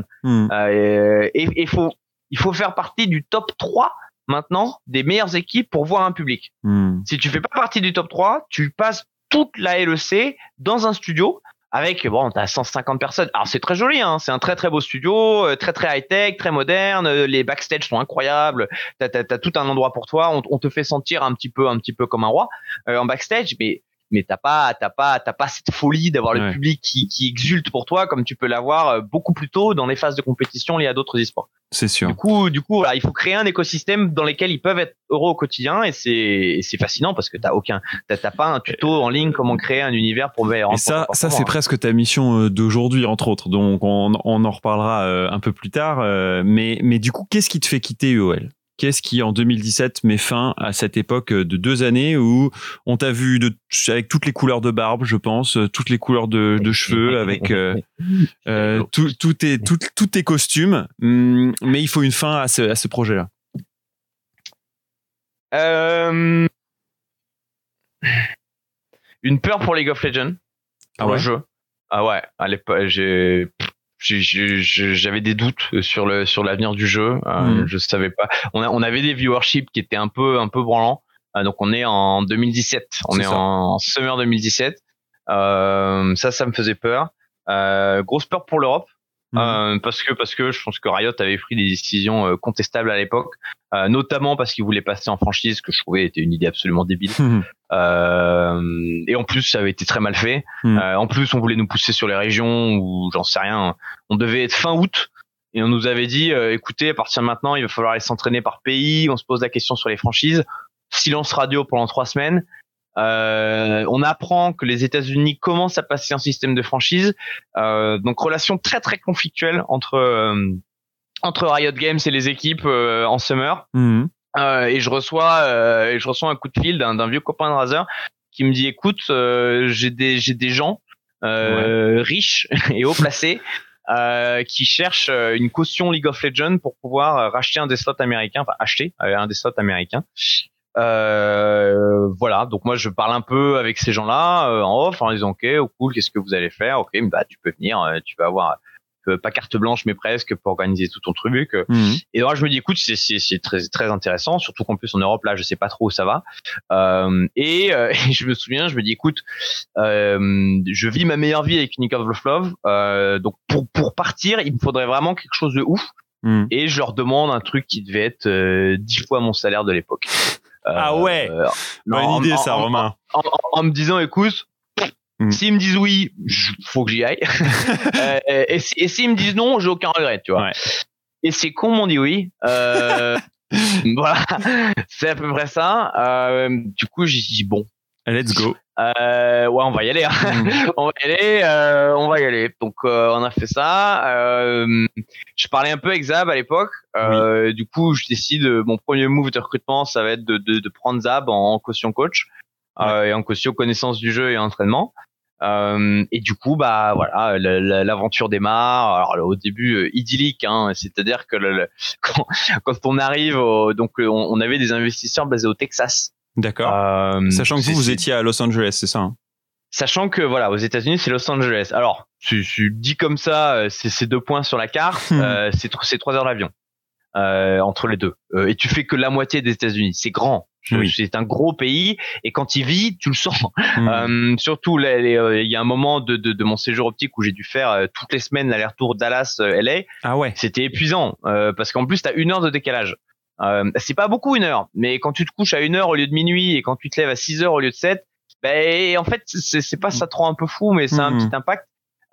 Et il faut faire partie du top 3 maintenant des meilleures équipes pour voir un public. Si tu fais pas partie du top 3, tu passes toute la LEC dans un studio avec, t'as 150 personnes. Alors c'est très joli, hein, c'est un très très beau studio, très très high-tech, très moderne, les backstage sont incroyables, t'as tout un endroit pour toi, on te fait sentir un petit peu comme un roi en backstage, mais t'as pas cette folie d'avoir le public qui exulte pour toi comme tu peux l'avoir beaucoup plus tôt dans les phases de compétition liées à d'autres e-sports. C'est sûr. Du coup, voilà, il faut créer un écosystème dans lequel ils peuvent être heureux au quotidien, et c'est fascinant parce que t'as pas un tuto en ligne comment créer un univers pour meilleur. Et ça c'est presque ta mission d'aujourd'hui, entre autres. Donc on en reparlera un peu plus tard. Mais du coup, qu'est-ce qui te fait quitter UOL ? Qu'est-ce qui, en 2017, met fin à cette époque de 2 années où on t'a vu avec toutes les couleurs de barbe, je pense, toutes les couleurs de cheveux, avec tous tes costumes, mais il faut une fin à ce projet-là. Une peur pour League of Legends, pour le jeu. Ah ouais, à l'époque, j'avais des doutes sur l'avenir du jeu. Je savais pas. On avait des viewerships qui étaient un peu branlants. Donc on est en 2017. On est en summer 2017. Ça me faisait peur. Grosse peur pour l'Europe. Parce que je pense que Riot avait pris des décisions contestables à l'époque, notamment parce qu'ils voulaient passer en franchise, que je trouvais était une idée absolument débile. Et en plus, ça avait été très mal fait. En plus, on voulait nous pousser sur les régions où, j'en sais rien, on devait être fin août. Et on nous avait dit, écoutez, à partir de maintenant, il va falloir aller s'entraîner par pays. On se pose la question sur les franchises. Silence radio pendant 3 semaines. On apprend que les États-Unis commencent à passer un système de franchise. Donc relation très très conflictuelle entre Riot Games et les équipes en summer. Et je reçois un coup de fil d'un vieux copain de Razer qui me dit, écoute, j'ai des gens riches et haut placés qui cherchent une caution League of Legends pour pouvoir racheter un des slots américains, enfin acheter un des slots américains. Voilà, donc moi je parle un peu avec ces gens-là en off en disant ok, cool, qu'est-ce que vous allez faire? Ok, bah tu peux venir, tu vas avoir pas carte blanche mais presque pour organiser tout ton truc. Et donc là, je me dis écoute, c'est très très intéressant, surtout qu'en plus en Europe là, je sais pas trop où ça va. Et je me souviens, je me dis écoute, je vis ma meilleure vie avec Unique of Love. Donc pour partir, il me faudrait vraiment quelque chose de ouf. Et je leur demande un truc qui devait être 10 fois mon salaire de l'époque. Ah ouais, bonne idée ça, Romain. En me disant écoute, s'ils me disent oui, faut que j'y aille. Et s'ils me disent non, j'ai aucun regret, tu vois. Ouais. Et c'est con, m'ont dit oui. Voilà, c'est à peu près ça. Du coup, j'ai dit bon. Let's go. Ouais, on va y aller. On va y aller. Donc, on a fait ça. Je parlais un peu avec Zab à l'époque. Du coup, je décide, mon premier move de recrutement, ça va être de prendre Zab en caution coach et en caution connaissance du jeu et entraînement. Et du coup, bah voilà, l'aventure démarre. Alors au début idyllique, hein, c'est-à-dire que quand on arrive, donc on avait des investisseurs basés au Texas. D'accord. Sachant que vous étiez à Los Angeles, c'est ça, hein? Sachant que voilà, aux États-Unis, c'est Los Angeles. Alors, tu dis comme ça, c'est 2 points sur la carte, c'est 3 heures d'avion entre les deux. Et tu fais que la moitié des États-Unis. C'est grand. C'est un gros pays et quand il vit, tu le sens. Surtout, il y a un moment de mon séjour optique où j'ai dû faire toutes les semaines l'aller-retour Dallas-LA. Ah ouais. C'était épuisant parce qu'en plus, t'as 1 heure de décalage. C'est pas beaucoup 1 heure, mais quand tu te couches à 1 heure au lieu de minuit et quand tu te lèves à 6 heures au lieu de 7, ben en fait c'est pas, ça te rend un peu fou, mais ça a un petit impact.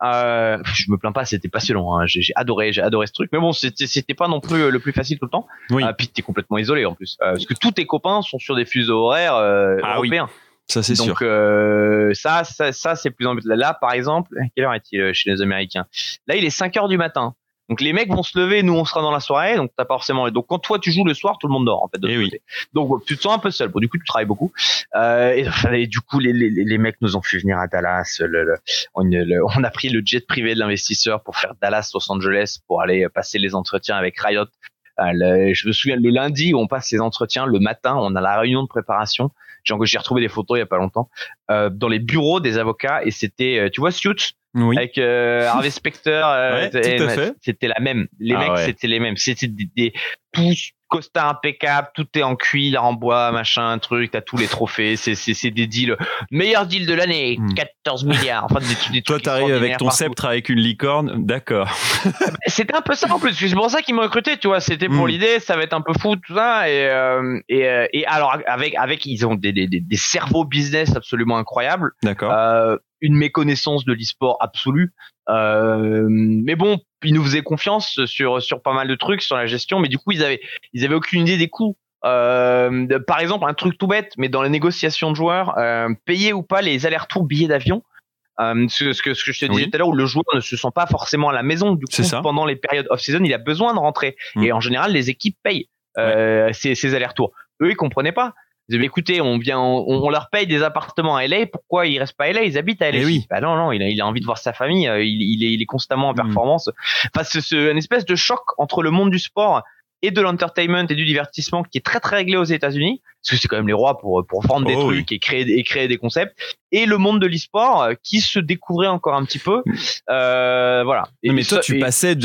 Je me plains pas, c'était passionnant, hein. J'ai adoré ce truc, mais bon, c'était pas non plus le plus facile tout le temps. Puis t'es complètement isolé en plus, parce que tous tes copains sont sur des fuseaux horaires européens. Oui. Ça c'est sûr. Donc ça c'est plus embêtant. Là par exemple, quelle heure est-il chez les Américains? Là il est 5 heures du matin. Donc les mecs vont se lever, nous on sera dans la soirée, donc t'as pas forcément. Donc quand toi tu joues le soir, tout le monde dort en fait. Côté. Donc bon, tu te sens un peu seul. Bon, du coup tu travailles beaucoup. Et du coup les mecs nous ont fait venir à Dallas. On a pris le jet privé de l'investisseur pour faire Dallas Los Angeles pour aller passer les entretiens avec Riot. Je me souviens le lundi où on passe les entretiens, le matin on a la réunion de préparation. J'ai retrouvé des photos il y a pas longtemps dans les bureaux des avocats et c'était tu vois Suits. Oui. Avec Harvey Specter, c'était la même. Les mecs, c'était les mêmes. C'était des tous costards impeccables, tout est en cuir, en bois, machin, truc. T'as tous les trophées. C'est des deals. Meilleur deal de l'année, 14 milliards. Enfin, des toi, t'arrives avec ton sceptre avec une licorne, d'accord. C'était un peu ça en plus. C'est pour ça qu'ils m'ont recruté, tu vois. C'était pour l'idée, ça va être un peu fou tout ça. Et alors avec ils ont des cerveaux business absolument incroyables. D'accord. Une méconnaissance de l'e-sport absolue. Mais bon, ils nous faisaient confiance sur pas mal de trucs, sur la gestion, mais du coup, ils avaient aucune idée des coûts. Par exemple, un truc tout bête, mais dans les négociations de joueurs, payer ou pas les allers-retours billets d'avion. Ce que je te disais tout à l'heure, où le joueur ne se sent pas forcément à la maison. Du coup, pendant les périodes off-season, il a besoin de rentrer. Et en général, les équipes payent ces allers-retours. Eux, ils comprenaient pas. Ils disaient, écoutez, on leur paye des appartements à LA, pourquoi ils restent pas à LA? Ils habitent à LA. Oui. Bah non, il a envie de voir sa famille, il est constamment en performance. Enfin, c'est une espèce de choc entre le monde du sport et de l'entertainment et du divertissement qui est très très réglé aux États-Unis, parce que c'est quand même les rois pour vendre des trucs et créer des concepts, et le monde de l'e-sport qui se découvrait encore un petit peu. Voilà. Mais toi, tu passais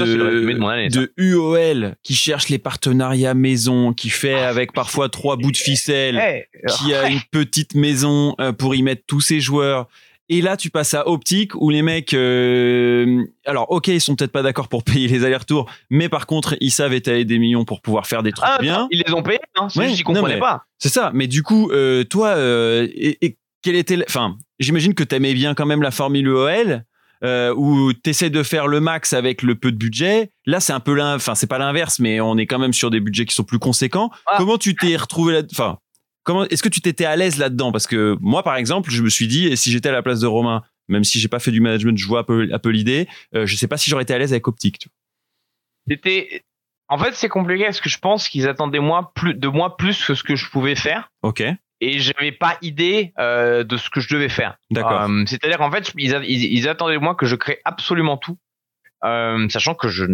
de UOL qui cherche les partenariats maison, qui fait avec parfois 3 bouts de ficelle, qui a une petite maison pour y mettre tous ses joueurs. Et là, tu passes à Optic où les mecs, alors ok, ils sont peut-être pas d'accord pour payer les allers-retours, mais par contre, ils savent étaler des millions pour pouvoir faire des trucs bien. Ils les ont payés, hein, c'est juste qu'ils comprenaient pas. C'est ça. Mais du coup, toi, quel était, enfin, j'imagine que t'aimais bien quand même la formule OL. Où t'essaies de faire le max avec le peu de budget. Là, c'est un peu enfin, c'est pas l'inverse, mais on est quand même sur des budgets qui sont plus conséquents. Comment tu t'es retrouvé là, enfin, est-ce que tu t'étais à l'aise là-dedans? Parce que moi, par exemple, je me suis dit, et si j'étais à la place de Romain, même si j'ai pas fait du management, je vois un peu l'idée, je sais pas si j'aurais été à l'aise avec Optic. Tu vois. En fait, c'est compliqué parce que je pense qu'ils attendaient de moi plus que ce que je pouvais faire. Ok. Et j'avais pas idée de ce que je devais faire. D'accord. C'est-à-dire qu'en fait, ils attendaient de moi que je crée absolument tout, sachant que je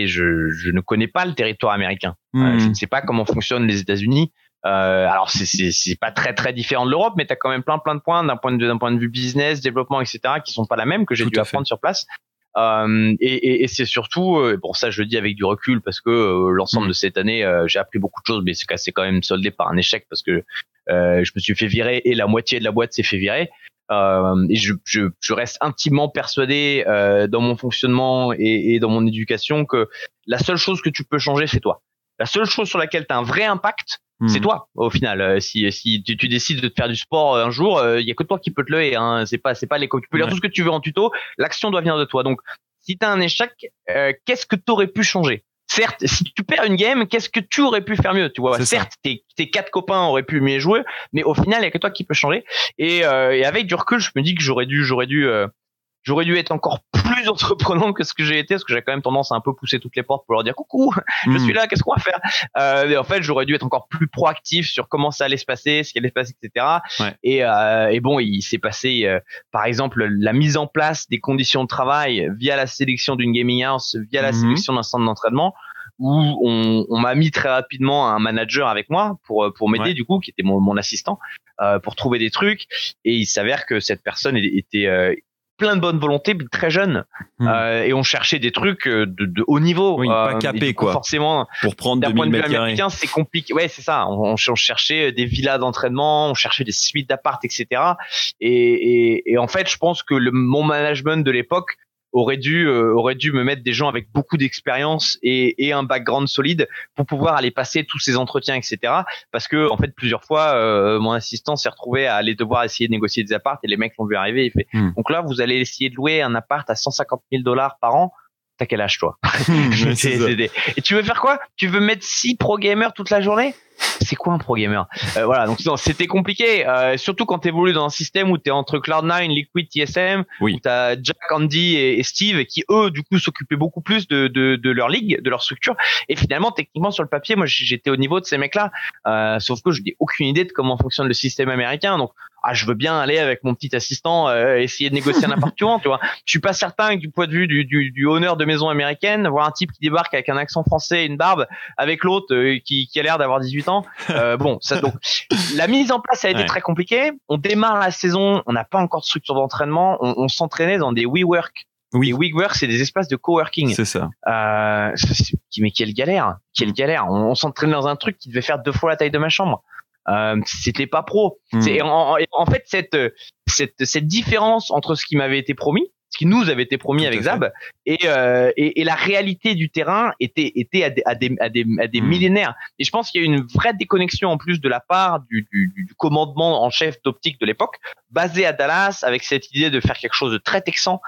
ne connais pas le territoire américain. Je ne sais pas comment fonctionnent les États-Unis. Alors c'est pas très très différent de l'Europe, mais t'as quand même plein de points d'un point de vue business, développement, etc., qui sont pas la même, que j'ai dû apprendre sur place. Et c'est surtout, bon ça je le dis avec du recul parce que l'ensemble de cette année j'ai appris beaucoup de choses, mais c'est quand même soldé par un échec parce que je me suis fait virer et la moitié de la boîte s'est fait virer. Et je reste intimement persuadé dans mon fonctionnement et dans mon éducation que la seule chose que tu peux changer, c'est toi. La seule chose sur laquelle tu as un vrai impact, c'est toi au final. Si tu décides de te faire du sport un jour, il y a que toi qui peux te lever. Hein. C'est pas les coachs. Tu peux lire tout ce que tu veux en tuto. L'action doit venir de toi. Donc si tu as un échec, qu'est-ce que tu aurais pu changer? Certes, si tu perds une game, qu'est-ce que tu aurais pu faire mieux? Tu vois, certes, tes 4 copains auraient pu mieux jouer, mais au final, il y a que toi qui peux changer. Et avec du recul, je me dis que j'aurais dû être encore plus entreprenant que ce que j'ai été, parce que j'ai quand même tendance à un peu pousser toutes les portes pour leur dire coucou, je suis là, qu'est-ce qu'on va faire? Et en fait, j'aurais dû être encore plus proactif sur comment ça allait se passer, ce qui allait se passer, etc. Ouais. Et bon, il s'est passé, par exemple, la mise en place des conditions de travail via la sélection d'une gaming house, via la sélection d'un centre d'entraînement, où on m'a mis très rapidement un manager avec moi pour m'aider, du coup, qui était mon assistant, pour trouver des trucs. Et il s'avère que cette personne était plein de bonne volonté, mais très jeune, et on cherchait des trucs de haut niveau. Oui, pas capé, quoi. Forcément, pour prendre d'un point de vue américain, américain, c'est compliqué. Ouais, c'est ça. On cherchait des villas d'entraînement, on cherchait des suites d'appart, etc. Et en fait, je pense que mon management de l'époque aurait dû me mettre des gens avec beaucoup d'expérience et un background solide pour pouvoir aller passer tous ces entretiens, etc. Parce que en fait, plusieurs fois, mon assistant s'est retrouvé à aller devoir essayer de négocier des apparts et les mecs l'ont vu arriver. Il fait donc là, vous allez essayer de louer un appart à $150 000 par an. T'as quel âge, toi? Et tu veux faire quoi? Tu veux mettre 6 pro gamers toute la journée? C'est quoi un pro gamer? Voilà, donc non, c'était compliqué, surtout quand t'évolues dans un système où t'es entre Cloud9, Liquid, TSM, où t'as Jack, Andy et Steve qui eux du coup s'occupaient beaucoup plus de leur ligue, de leur structure. Et finalement, techniquement sur le papier, moi j'étais au niveau de ces mecs-là, sauf que je n'ai aucune idée de comment fonctionne le système américain. Donc je veux bien aller avec mon petit assistant essayer de négocier un appartement, tu vois. Je suis pas certain que du point de vue du honneur de maison américaine, voir un type qui débarque avec un accent français et une barbe, avec l'autre qui a l'air d'avoir 18 ans. Bon, ça, donc la mise en place a été très compliquée. On démarre la saison, on n'a pas encore de structure d'entraînement, on s'entraînait dans des WeWork. Les WeWork, c'est des espaces de coworking. C'est ça. Mais quelle galère, On s'entraînait dans un truc qui devait faire 2 fois la taille de ma chambre. C'était pas pro. En fait, cette différence entre ce qui m'avait été promis, ce qui nous avait été promis avec Zab, et la réalité du terrain était à des millénaires. Et je pense qu'il y a eu une vraie déconnexion en plus de la part du commandement en chef d'Optic de l'époque, basé à Dallas, avec cette idée de faire quelque chose de très texan.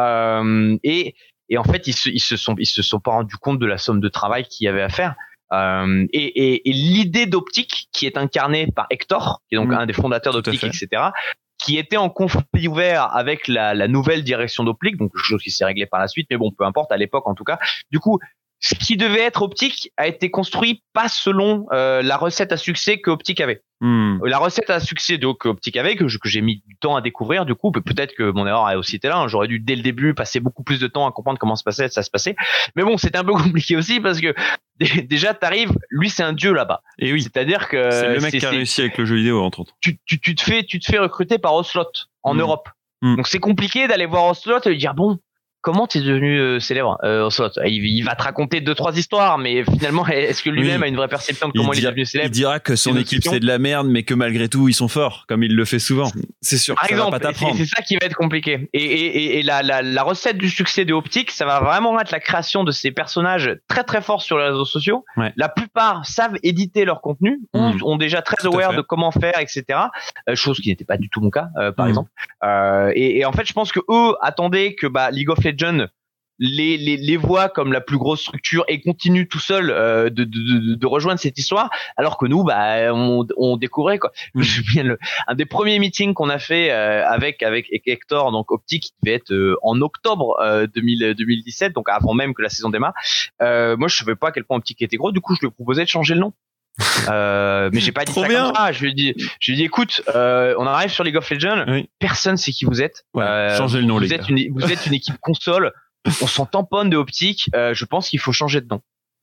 Et en fait, ils se sont pas rendus compte de la somme de travail qu'il y avait à faire. Et l'idée d'Optic, qui est incarnée par Hector, qui est donc un des fondateurs d'Optic, etc., qui était en conflit ouvert avec la nouvelle direction d'Optic, donc chose qui s'est réglée par la suite, mais bon, peu importe, à l'époque en tout cas. Du coup, ce qui devait être Optic a été construit pas selon la recette à succès que Optic avait. La recette à succès que Optic avait, que j'ai mis du temps à découvrir, du coup, peut-être que mon erreur a aussi été là, hein. J'aurais dû dès le début passer beaucoup plus de temps à comprendre comment ça se passait. Mais bon, c'était un peu compliqué aussi parce que déjà t'arrives, lui c'est un dieu là-bas. Et oui. C'est-à-dire que c'est le mec qui a réussi avec le jeu vidéo entre autres. Tu te fais recruter par Ocelot en Europe. Donc c'est compliqué d'aller voir Ocelot et lui dire bon, comment t'es devenu célèbre, Ocelot? Il va te raconter 2-3 histoires, mais finalement, est-ce que lui-même a une vraie perception de comment il est devenu célèbre? Il dira que son équipe c'est de la merde, mais que malgré tout ils sont forts, comme il le fait souvent. C'est sûr. Par exemple, va pas t'apprendre. C'est ça qui va être compliqué. Et la recette du succès de Optic, ça va vraiment être la création de ces personnages très très forts sur les réseaux sociaux. La plupart savent éditer leur contenu, ont déjà très aware de comment faire, etc. Chose qui n'était pas du tout mon cas, par exemple. Et en fait, je pense que eux attendaient que League of Legends les voit comme la plus grosse structure et continue tout seul de rejoindre cette histoire, alors que nous on découvrait quoi. Je me souviens un des premiers meetings qu'on a fait avec Hector, donc Optic, qui devait être en octobre 2017, donc avant même que la saison démarre. Moi je savais pas à quel point Optic était gros, du coup je lui proposais de changer le nom. Mais j'ai pas dit ça comme ça. Je lui ai dit écoute, on arrive sur League of Legends, personne sait qui vous êtes. Changez le nom, vous êtes une équipe console. On s'en tamponne de Optic. Je pense qu'il faut changer de nom.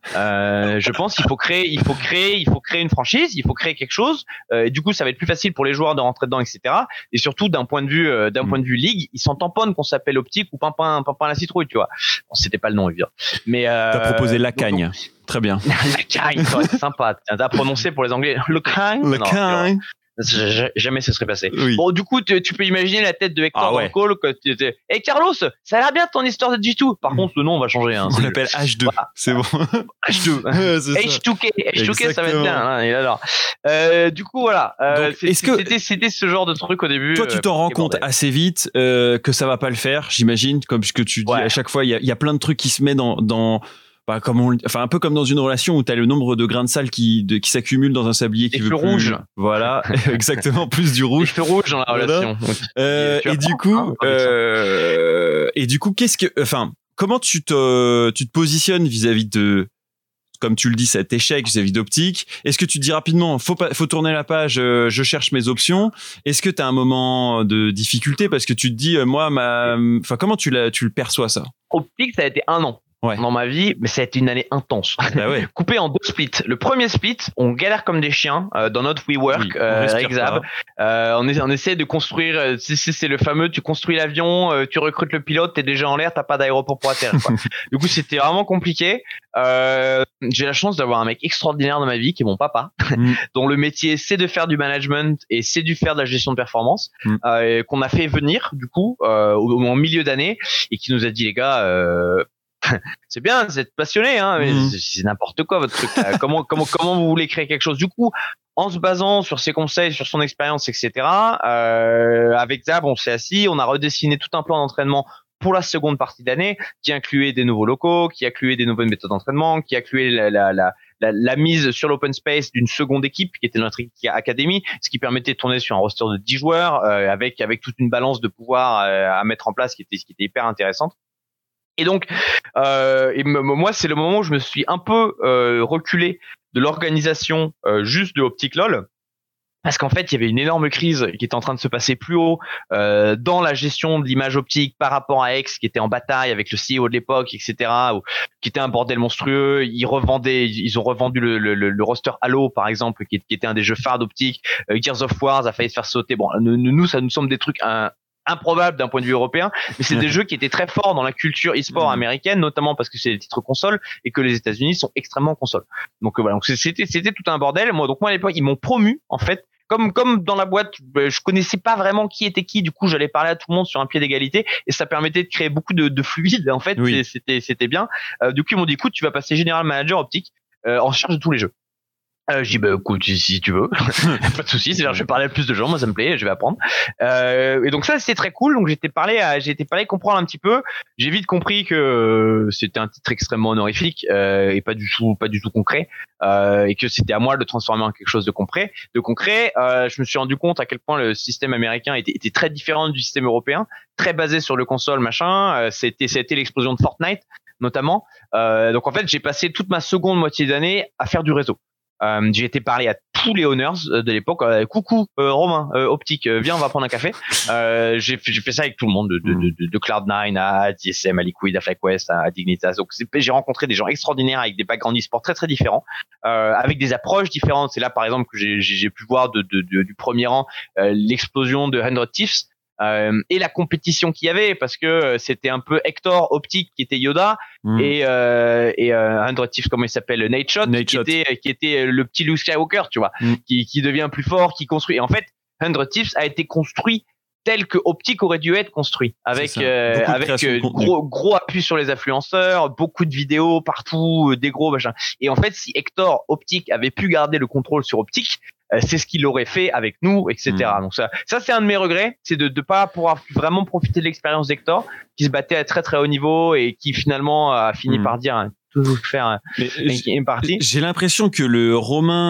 Je pense qu'il faut créer une franchise, il faut créer quelque chose. Et du coup, ça va être plus facile pour les joueurs de rentrer dedans, etc. Et surtout, d'un point de vue ligue, ils s'en tamponnent qu'on s'appelle Optique ou Pimpin à la citrouille, tu vois. Bon, c'était pas le nom, évidemment. Mais t'as proposé la cagne. Très bien. La cagne, c'est sympa. T'as prononcé pour les Anglais le cagne. Le cagne. Jamais ce serait passé. Oui. Bon, du coup, tu peux imaginer la tête de Hector dans le call. Hey Carlos, ça a l'air bien ton histoire de G2. Par contre, le nom on va changer. Hein, on l'appelle H2. Voilà. C'est bon. H2. H2K, ça va être bien. Hein, il adore. Du coup, voilà. C'était ce genre de truc au début. Toi, tu t'en rends compte assez vite que ça va pas le faire, j'imagine. Comme ce que tu dis, à chaque fois, il y a plein de trucs qui se mettent dans un peu comme dans une relation où tu as le nombre de grains de sal qui s'accumulent dans un sablier qui veut plus. Rouge. Voilà, exactement, plus du rouge. Les feux rouges dans la relation. Et du coup, comment tu te positionnes vis-à-vis de, comme tu le dis, cet échec vis-à-vis d'Optique? Est-ce que tu te dis rapidement, faut tourner la page, je cherche mes options? Est-ce que tu as un moment de difficulté parce que tu te dis, comment tu le perçois ça? Optique, ça a été 1 an. Dans ma vie, mais ça a été une année intense. Bah ouais. Coupé en 2 splits. Le premier split, on galère comme des chiens dans notre WeWork avec Zab. On essaie de construire. C'est le fameux. Tu construis l'avion, tu recrutes le pilote, t'es déjà en l'air, t'as pas d'aéroport pour atterrir. Quoi. Du coup, c'était vraiment compliqué. J'ai la chance d'avoir un mec extraordinaire dans ma vie qui est mon papa, dont le métier c'est de faire du management et c'est de faire de la gestion de performance, qu'on a fait venir du coup en milieu d'année et qui nous a dit les gars. C'est bien, vous êtes passionné, hein, mais c'est n'importe quoi votre truc. Comment vous voulez créer quelque chose? Du coup, en se basant sur ses conseils, sur son expérience, etc. Avec Zab, on s'est assis, on a redessiné tout un plan d'entraînement pour la seconde partie d'année, qui incluait des nouveaux locaux, qui incluait des nouvelles méthodes d'entraînement, qui incluait la mise sur l'open space d'une seconde équipe qui était notre équipe Academy, ce qui permettait de tourner sur un roster de 10 joueurs avec toute une balance de pouvoir à mettre en place qui était hyper intéressante. Et donc, moi, c'est le moment où je me suis un peu reculé de l'organisation juste de Optic LOL. Parce qu'en fait, il y avait une énorme crise qui était en train de se passer plus haut dans la gestion de l'image optique par rapport à X, qui était en bataille avec le CEO de l'époque, etc., qui était un bordel monstrueux. Ils ont revendu le roster Halo, par exemple, qui était un des jeux phares d'Optic. Gears of War a failli se faire sauter. Bon, nous sommes des trucs improbable d'un point de vue européen, mais c'est des jeux qui étaient très forts dans la culture e-sport américaine, notamment parce que c'est des titres consoles et que les États-Unis sont extrêmement consoles. Donc voilà, donc c'était tout un bordel. Moi à l'époque, ils m'ont promu en fait. Comme dans la boîte, je connaissais pas vraiment qui était qui. Du coup, j'allais parler à tout le monde sur un pied d'égalité et ça permettait de créer beaucoup de fluide. En fait, c'était bien. Du coup, ils m'ont dit, écoute, tu vas passer General Manager Optique en charge de tous les jeux. Je dis écoute, si tu veux, pas de souci. C'est-à-dire, je vais parler à plus de gens, moi ça me plaît, je vais apprendre. Et donc ça c'était très cool. Donc j'ai été parler comprendre un petit peu. J'ai vite compris que c'était un titre extrêmement honorifique et pas du tout concret, et que c'était à moi de le transformer en quelque chose de concret. Je me suis rendu compte à quel point le système américain était très différent du système européen, très basé sur le console machin. Ça a été l'explosion de Fortnite notamment. Donc en fait j'ai passé toute ma seconde moitié d'année à faire du réseau. J'ai été parler à tous les owners de l'époque. Coucou Romain, Optique, viens, on va prendre un café. J'ai fait ça avec tout le monde, de Cloud9 à DSM, à Liquid, à FlyQuest, à Dignitas. Donc j'ai rencontré des gens extraordinaires avec des backgrounds e-sport très très différents, avec des approches différentes. C'est là par exemple que j'ai pu voir du premier rang l'explosion de 100 Thieves. Et la compétition qu'il y avait, parce que c'était un peu Hector Optique qui était Yoda et 100 Thieves, comment il s'appelle, Nate Shot. Qui était le petit Luke Skywalker, tu vois, qui devient plus fort, qui construit. Et en fait, 100 Thieves a été construit tel que Optique aurait dû être construit, avec gros appui sur les influenceurs, beaucoup de vidéos partout, des gros machins. Et en fait, si Hector Optique avait pu garder le contrôle sur Optique, c'est ce qu'il aurait fait avec nous, etc. Donc ça c'est un de mes regrets, c'est de pas pouvoir vraiment profiter de l'expérience d'Hector, qui se battait à très très haut niveau et qui finalement a fini par dire tout faire une partie. J'ai l'impression que le Romain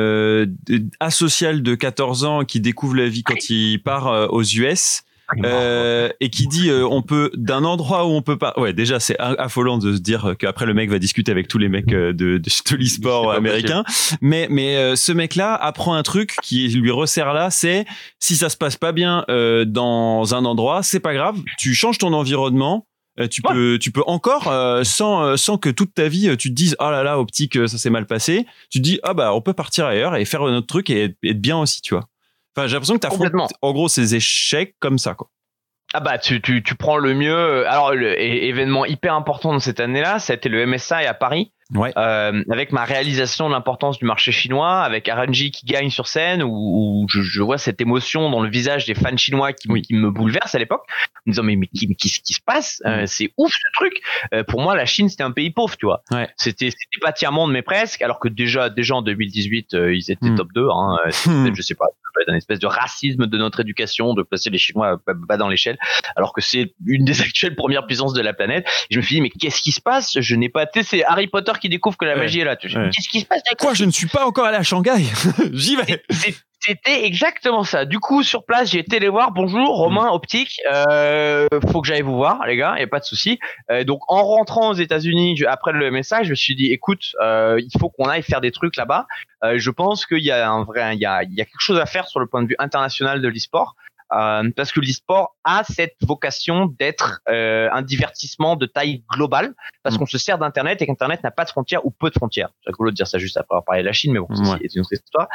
asocial de 14 ans qui découvre la vie quand il part aux US et qui dit on peut d'un endroit où on peut pas. Ouais, déjà c'est affolant de se dire qu'après le mec va discuter avec tous les mecs de l'e-sport américain. Mais ce mec-là apprend un truc qui lui resserre là, c'est si ça se passe pas bien dans un endroit, c'est pas grave, tu changes ton environnement. tu peux encore sans que toute ta vie tu te dises oh là là optique ça s'est mal passé, tu te dis ah bah on peut partir ailleurs et faire notre truc et être bien aussi, tu vois. Enfin, j'ai l'impression que t'affrontes en gros ces échecs comme ça, quoi. Ah bah tu prends le mieux. Alors événement hyper important de cette année-là, ça a été le MSI à Paris. Ouais. Avec ma réalisation de l'importance du marché chinois, avec RNG qui gagne sur scène, où je vois cette émotion dans le visage des fans chinois qui me bouleverse à l'époque, en me disant mais qu'est-ce qui se passe, c'est ouf ce truc. Pour moi la Chine c'était un pays pauvre, tu vois. Ouais. C'était pas tiers-monde mais presque, alors que déjà en 2018 ils étaient top 2 hein. Je sais pas, un espèce de racisme de notre éducation de placer les Chinois bas dans l'échelle alors que c'est une des actuelles premières puissances de la planète. Et je me suis dit mais qu'est-ce qui se passe, je n'ai pas, c'est Harry Potter qui découvre que la magie est là. Qu'est-ce qui se passe? Quoi, je ne suis pas encore allé à Shanghai. J'y vais. C'était exactement ça. Du coup, sur place, j'ai été les voir. Bonjour, Romain Optique. Faut que j'aille vous voir, les gars. Y a pas de souci. Donc, en rentrant aux États-Unis après le message, je me suis dit, écoute, il faut qu'on aille faire des trucs là-bas. Je pense qu'il y a il y a quelque chose à faire sur le point de vue international de l'e-sport. Parce que l'e-sport a cette vocation d'être un divertissement de taille globale, parce qu'on se sert d'internet et qu'internet n'a pas de frontières ou peu de frontières. C'est rigolo de dire ça juste après avoir parlé de la Chine, mais bon, c'est une autre histoire.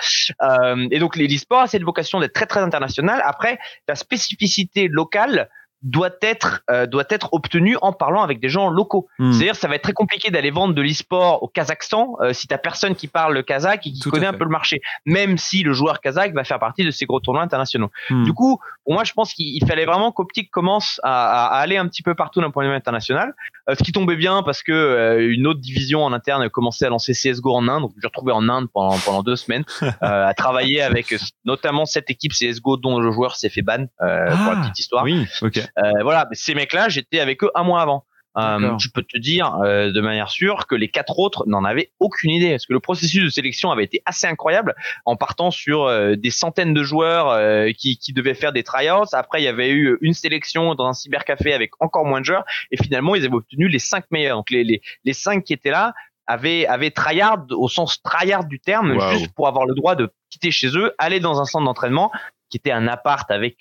Et donc l'e-sport a cette vocation d'être très très international. Après, la spécificité locale doit être obtenue en parlant avec des gens locaux. C'est-à-dire, ça va être très compliqué d'aller vendre de l'e-sport au Kazakhstan si t'as personne qui parle le kazakh et qui connaît un peu le marché, même si le joueur kazakh va faire partie de ces gros tournois internationaux. Du coup, pour moi, je pense qu'il fallait vraiment qu'Optic commence à aller un petit peu partout d'un point de vue international, ce qui tombait bien parce que une autre division en interne commençait à lancer CSGO en Inde, donc je me suis retrouvé en Inde pendant 2 semaines à travailler avec notamment cette équipe CSGO dont le joueur s'est fait ban pour la petite histoire. Oui, ok. Voilà, mais ces mecs-là, j'étais avec eux un mois avant. Je peux te dire de manière sûre que les 4 autres n'en avaient aucune idée, parce que le processus de sélection avait été assez incroyable, en partant sur des centaines de joueurs qui devaient faire des tryouts. Après, il y avait eu une sélection dans un cybercafé avec encore moins de joueurs, et finalement, ils avaient obtenu les 5 meilleurs. Donc les 5 qui étaient là avaient tryhard au sens tryhard du terme, juste pour avoir le droit de quitter chez eux, aller dans un centre d'entraînement qui était un appart avec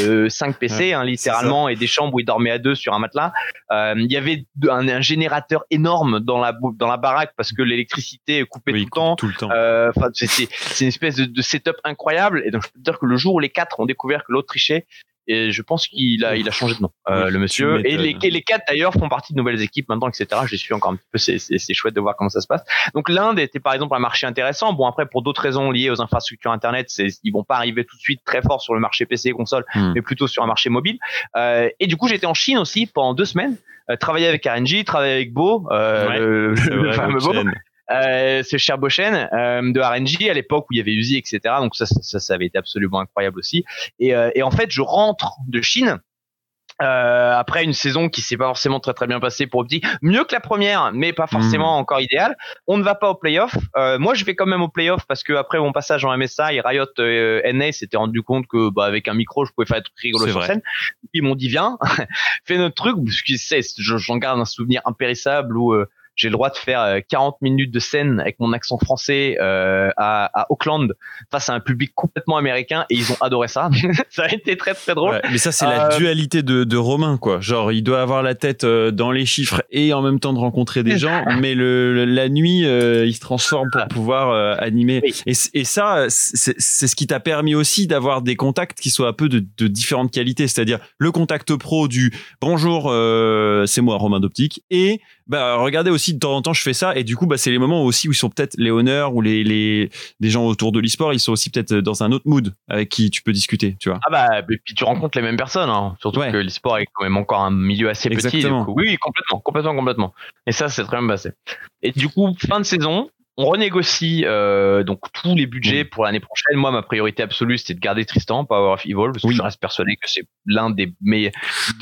5 PC littéralement, et des chambres où ils dormaient à 2 sur un matelas. Il y avait un générateur énorme dans la baraque parce que l'électricité coupait tout le temps. C'est une espèce de setup incroyable, et donc je peux te dire que le jour où les 4 ont découvert que l'autre trichait, et je pense qu'il a changé de nom, le monsieur. Et les 4 d'ailleurs font partie de nouvelles équipes maintenant, etc. Je les suis encore un petit peu. C'est chouette de voir comment ça se passe. Donc l'Inde était par exemple un marché intéressant. Bon, après, pour d'autres raisons liées aux infrastructures internet, ils vont pas arriver tout de suite très fort sur le marché PC et console, mais plutôt sur un marché mobile. Et du coup, j'étais en Chine aussi pendant 2 semaines, travailler avec RNG, travailler avec Beau, le fameux Beau. C'est cher Bochen de RNG à l'époque où il y avait Uzi, etc. Donc ça avait été absolument incroyable aussi. Et en fait, je rentre de Chine après une saison qui s'est pas forcément très très bien passée pour Optic, mieux que la première, mais pas forcément encore idéale. On ne va pas au playoff. Moi, je vais quand même au playoff parce que après mon passage en MSI, Riot NA s'était rendu compte que avec un micro, je pouvais faire être rigolo sur scène. Ils m'ont dit viens, fais notre truc, parce que j'en garde un souvenir impérissable où j'ai le droit de faire 40 minutes de scène avec mon accent français à Auckland face à un public complètement américain, et ils ont adoré ça. Ça a été très très drôle. Ouais, mais ça, c'est la dualité de Romain, quoi. Genre, il doit avoir la tête dans les chiffres et en même temps de rencontrer des gens, mais la nuit, il se transforme pour pouvoir animer. Oui. Et ça, c'est ce qui t'a permis aussi d'avoir des contacts qui soient un peu de différentes qualités, c'est-à-dire le contact pro du bonjour, c'est moi, Romain d'Optique, et regardez aussi de temps en temps je fais ça, et du coup c'est les moments aussi où ils sont peut-être les honneurs ou des gens autour de l'e-sport, ils sont aussi peut-être dans un autre mood avec qui tu peux discuter, tu vois. Et puis tu rencontres les mêmes personnes, hein. Surtout que l'e-sport est quand même encore un milieu assez petit. Donc, oui, complètement. Et ça, c'est très bien passé. Et du coup, fin de saison, on renégocie donc tous les budgets pour l'année prochaine. Moi, ma priorité absolue, c'était de garder Tristan, Power of Evil, parce que je reste persuadé que c'est l'un des meilleurs.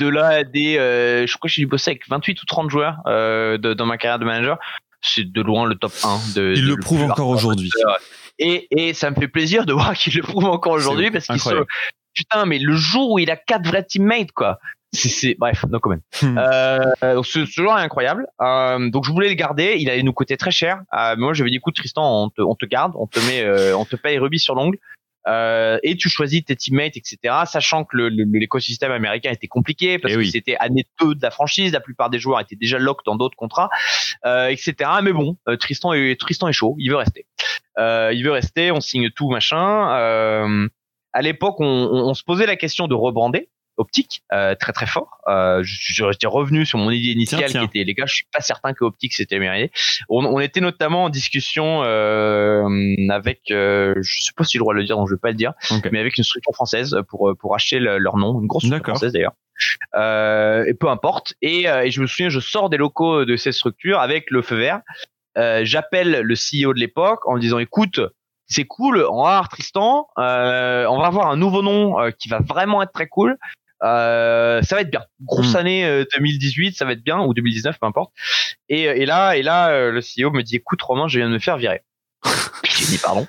Je crois que j'ai dû bosser avec 28 ou 30 joueurs dans ma carrière de manager. C'est de loin le top 1. Il le prouve encore aujourd'hui. Et ça me fait plaisir de voir qu'il le prouve encore aujourd'hui, parce qu'ils sont... Putain, mais le jour où il a 4 vrais teammates, quoi. Bref, no comment. Donc ce joueur est incroyable. Donc je voulais le garder. Il allait nous coûter très cher. Moi, j'avais dit, écoute, Tristan, on te garde, on te paye rubis sur l'ongle. et tu choisis tes teammates, etc. Sachant que l'écosystème américain était compliqué parce que c'était année 2 de la franchise, la plupart des joueurs étaient déjà locked dans d'autres contrats, etc. Mais bon, Tristan est chaud, il veut rester. On signe tout, machin. À l'époque, on se posait la question de rebrander Optic, très très fort. J'étais revenu sur mon idée initiale qui était, les gars, je suis pas certain que Optic c'était mérité. On était notamment en discussion avec, je sais pas si j'ai le droit de le dire, donc je vais pas le dire, mais avec une structure française pour acheter leur nom, une grosse structure française d'ailleurs. Et peu importe. Et je me souviens, je sors des locaux de cette structure avec le feu vert. J'appelle le CEO de l'époque en me disant, écoute, c'est cool, on va avoir Tristan, on va avoir un nouveau nom qui va vraiment être très cool. Ça va être bien. Grosse année 2018, ça va être bien, ou 2019, peu importe. Et là, le CEO me dit, écoute Romain, je viens de me faire virer. J'ai dit pardon.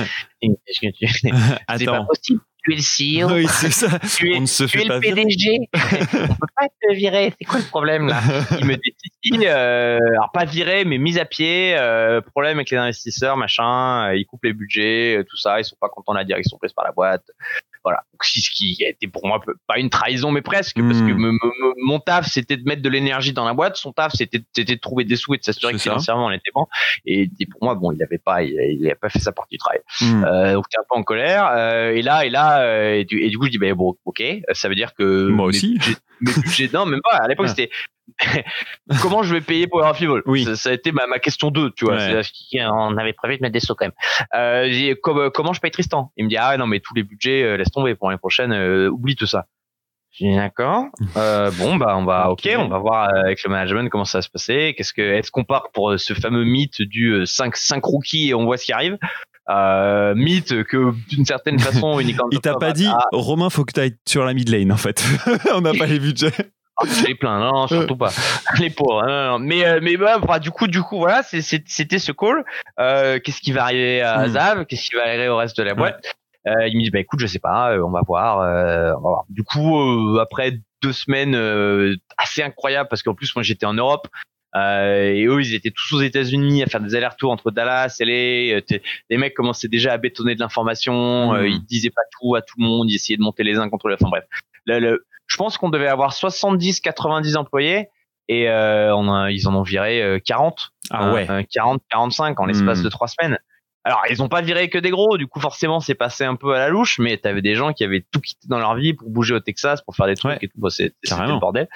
C'est pas possible. Tu es le CEO. Oui, c'est ça. Tu es le PDG. On peut pas te virer. C'est quoi le problème là? Il me dit alors pas virer, mais mise à pied. Problème avec les investisseurs, machin. Ils coupent les budgets, tout ça. Ils sont pas contents de la direction prise par la boîte. Voilà. Donc, ce qui était pour moi pas une trahison, mais presque, parce que mon taf, c'était de mettre de l'énergie dans la boîte. Son taf, c'était de trouver des sous et de s'assurer que financièrement on était bon. Et pour moi, bon, il avait pas fait sa partie du travail. Donc, t'es un peu en colère. Et du coup, je dis, ben bon, ok. Ça veut dire que moi aussi. Mes budgets, non, même pas. À l'époque, c'était comment je vais payer Power of Evil. Oui. Ça a été ma question 2, tu vois. On avait prévu de mettre des sauts quand même. Comment je paye Tristan? Il me dit, ah non, mais tous les budgets, laisse tomber pour l'année prochaine, oublie tout ça. J'ai dit, d'accord. Bon, bah, on va voir avec le management comment ça va se passer. Est-ce qu'on part pour ce fameux mythe du 5 rookies et on voit ce qui arrive? Mythe que d'une certaine façon uniquement. Il t'a pas dit, Romain, faut que tu ailles sur la mid lane en fait. On n'a pas les budgets. J'ai plein, non, surtout pas. Les pauvres. Non. Mais bah, du coup, voilà, c'était ce call. Qu'est-ce qui va arriver à Zav? Qu'est-ce qui va arriver au reste de la boîte? Il me dit, bah écoute, je sais pas, on va voir. Du coup, après 2 semaines assez incroyables, parce qu'en plus moi j'étais en Europe. Et eux, ils étaient tous aux États-Unis à faire des allers-retours entre Dallas, LA. Les mecs commençaient déjà à bétonner de l'information. Ils disaient pas tout à tout le monde. Ils essayaient de monter les uns contre les autres. Enfin bref. Je pense qu'on devait avoir 70-90 employés et ils en ont viré 40. Ah ouais. 40-45 en l'espace de 3 semaines. Alors, ils ont pas viré que des gros, du coup, forcément, c'est passé un peu à la louche, mais t'avais des gens qui avaient tout quitté dans leur vie pour bouger au Texas, pour faire des trucs et tout. Bon, c'était le bordel.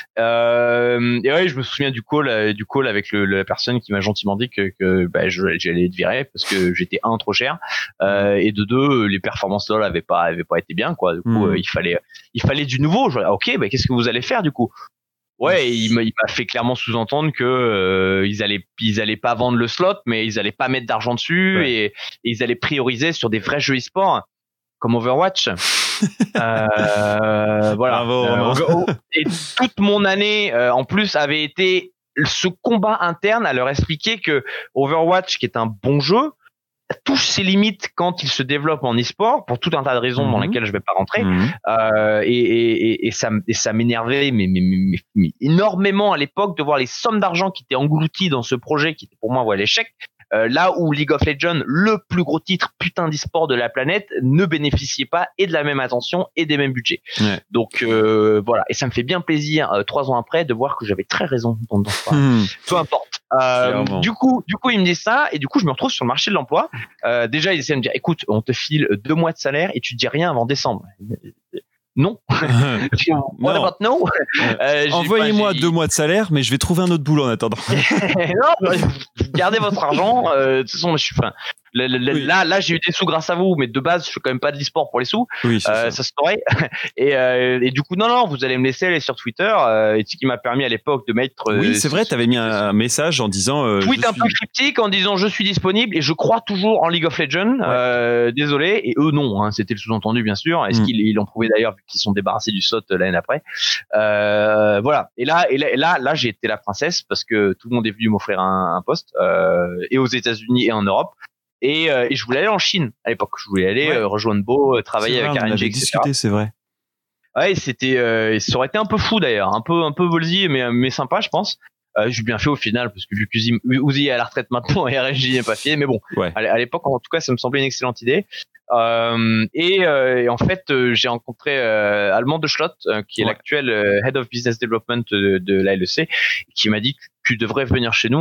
Et ouais, je me souviens du call avec la personne qui m'a gentiment dit que bah, j'allais être viré parce que j'étais trop cher, et de 2, les performances là avaient pas été bien, quoi. Du coup, il fallait du nouveau. Ok, bah, qu'est-ce que vous allez faire, du coup? Ouais, il m'a fait clairement sous-entendre que ils allaient pas vendre le slot, mais ils allaient pas mettre d'argent dessus et ils allaient prioriser sur des vrais jeux e-sport comme Overwatch. Voilà. Bravo. Et toute mon année, en plus, avait été ce combat interne à leur expliquer que Overwatch, qui est un bon jeu, touche ses limites quand il se développe en e-sport pour tout un tas de raisons dans lesquelles je vais pas rentrer. Et ça m'énervait mais énormément à l'époque de voir les sommes d'argent qui étaient englouties dans ce projet qui était pour moi l'échec. Là où League of Legends, le plus gros titre putain d'e-sport de la planète, ne bénéficiait pas et de la même attention et des mêmes budgets. Donc voilà, et ça me fait bien plaisir 3 ans après de voir que j'avais très raison dans ça. Peu importe. Du coup, il me dit ça et du coup, je me retrouve sur le marché de l'emploi. Déjà, il essaie de me dire, écoute, on te file 2 mois de salaire et tu te dis rien avant décembre. Non. What about no? Envoyez-moi 2 mois de salaire, mais je vais trouver un autre boulot en attendant. Non, gardez votre argent. De toute façon, là, j'ai eu des sous grâce à vous, mais de base, je fais quand même pas de l'e-sport pour les sous. Oui, ça se saurait. Et du coup, non, vous allez me laisser aller sur Twitter. Et ce qui m'a permis à l'époque de mettre. Oui, c'est vrai, t'avais mis un message en disant. Tweet un peu cryptique en disant je suis disponible et je crois toujours en League of Legends. Désolé. Et eux, non. C'était le sous-entendu, bien sûr. Est-ce qu'ils l'ont prouvé d'ailleurs vu qu'ils sont débarrassés du SOT l'année après. Voilà. Et là, j'ai été la princesse parce que tout le monde est venu m'offrir un poste et aux États-Unis et en Europe. Et je voulais aller en Chine à l'époque. Je voulais aller rejoindre Beau, travailler avec RNG, etc. Discuté, c'est vrai. Ouais, ça aurait été un peu fou d'ailleurs, un peu ballsy, mais sympa, je pense. J'ai bien fait au final parce que vu que Uzi est à la retraite maintenant et RNG n'est pas fié, mais bon, à l'époque en tout cas, ça me semblait une excellente idée. Et en fait, j'ai rencontré Alban de Schlott, qui est l'actuel Head of Business Development de la LEC, qui m'a dit que tu devrais venir chez nous,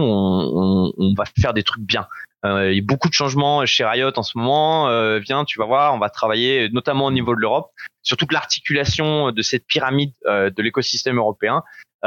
on va faire des trucs bien. Il y a beaucoup de changements chez Riot en ce moment. Viens, tu vas voir, on va travailler notamment au niveau de l'Europe sur toute l'articulation de cette pyramide de l'écosystème européen.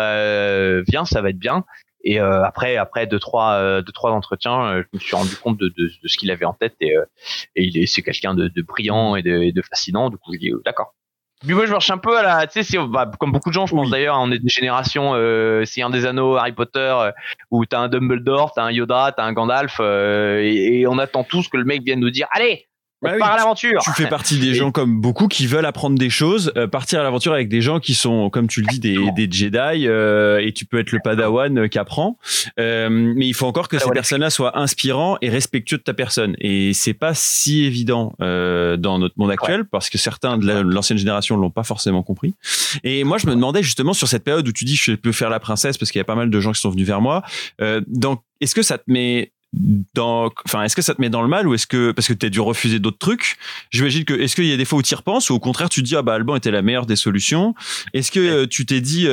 Viens, ça va être bien. Et après deux trois entretiens, je me suis rendu compte de ce qu'il avait en tête et c'est quelqu'un de brillant et de fascinant. Du coup, je dis d'accord. Puis moi, je marche un peu à la, tu sais, comme beaucoup de gens, je pense d'ailleurs, on est des générations Seigneur des Anneaux, Harry Potter, où t'as un Dumbledore, t'as un Yoda, t'as un Gandalf, et on attend tous que le mec vienne nous dire, allez, on part à l'aventure. Tu fais partie des gens comme beaucoup qui veulent apprendre des choses, partir à l'aventure avec des gens qui sont, comme tu le dis, des Jedi, et tu peux être le Padawan qui apprend. Mais il faut encore que ces personnes-là soient inspirants et respectueux de ta personne. Et c'est pas si évident dans notre monde actuel parce que certains de l'ancienne génération l'ont pas forcément compris. Et moi, je me demandais justement sur cette période où tu dis je peux faire la princesse parce qu'il y a pas mal de gens qui sont venus vers moi. Donc, est-ce que ça te met est-ce que ça te met dans le mal ou est-ce que, parce que tu as dû refuser d'autres trucs, j'imagine que, est-ce qu'il y a des fois où tu y repenses ou au contraire tu te dis, Alban était la meilleure des solutions? Est-ce que tu t'es dit,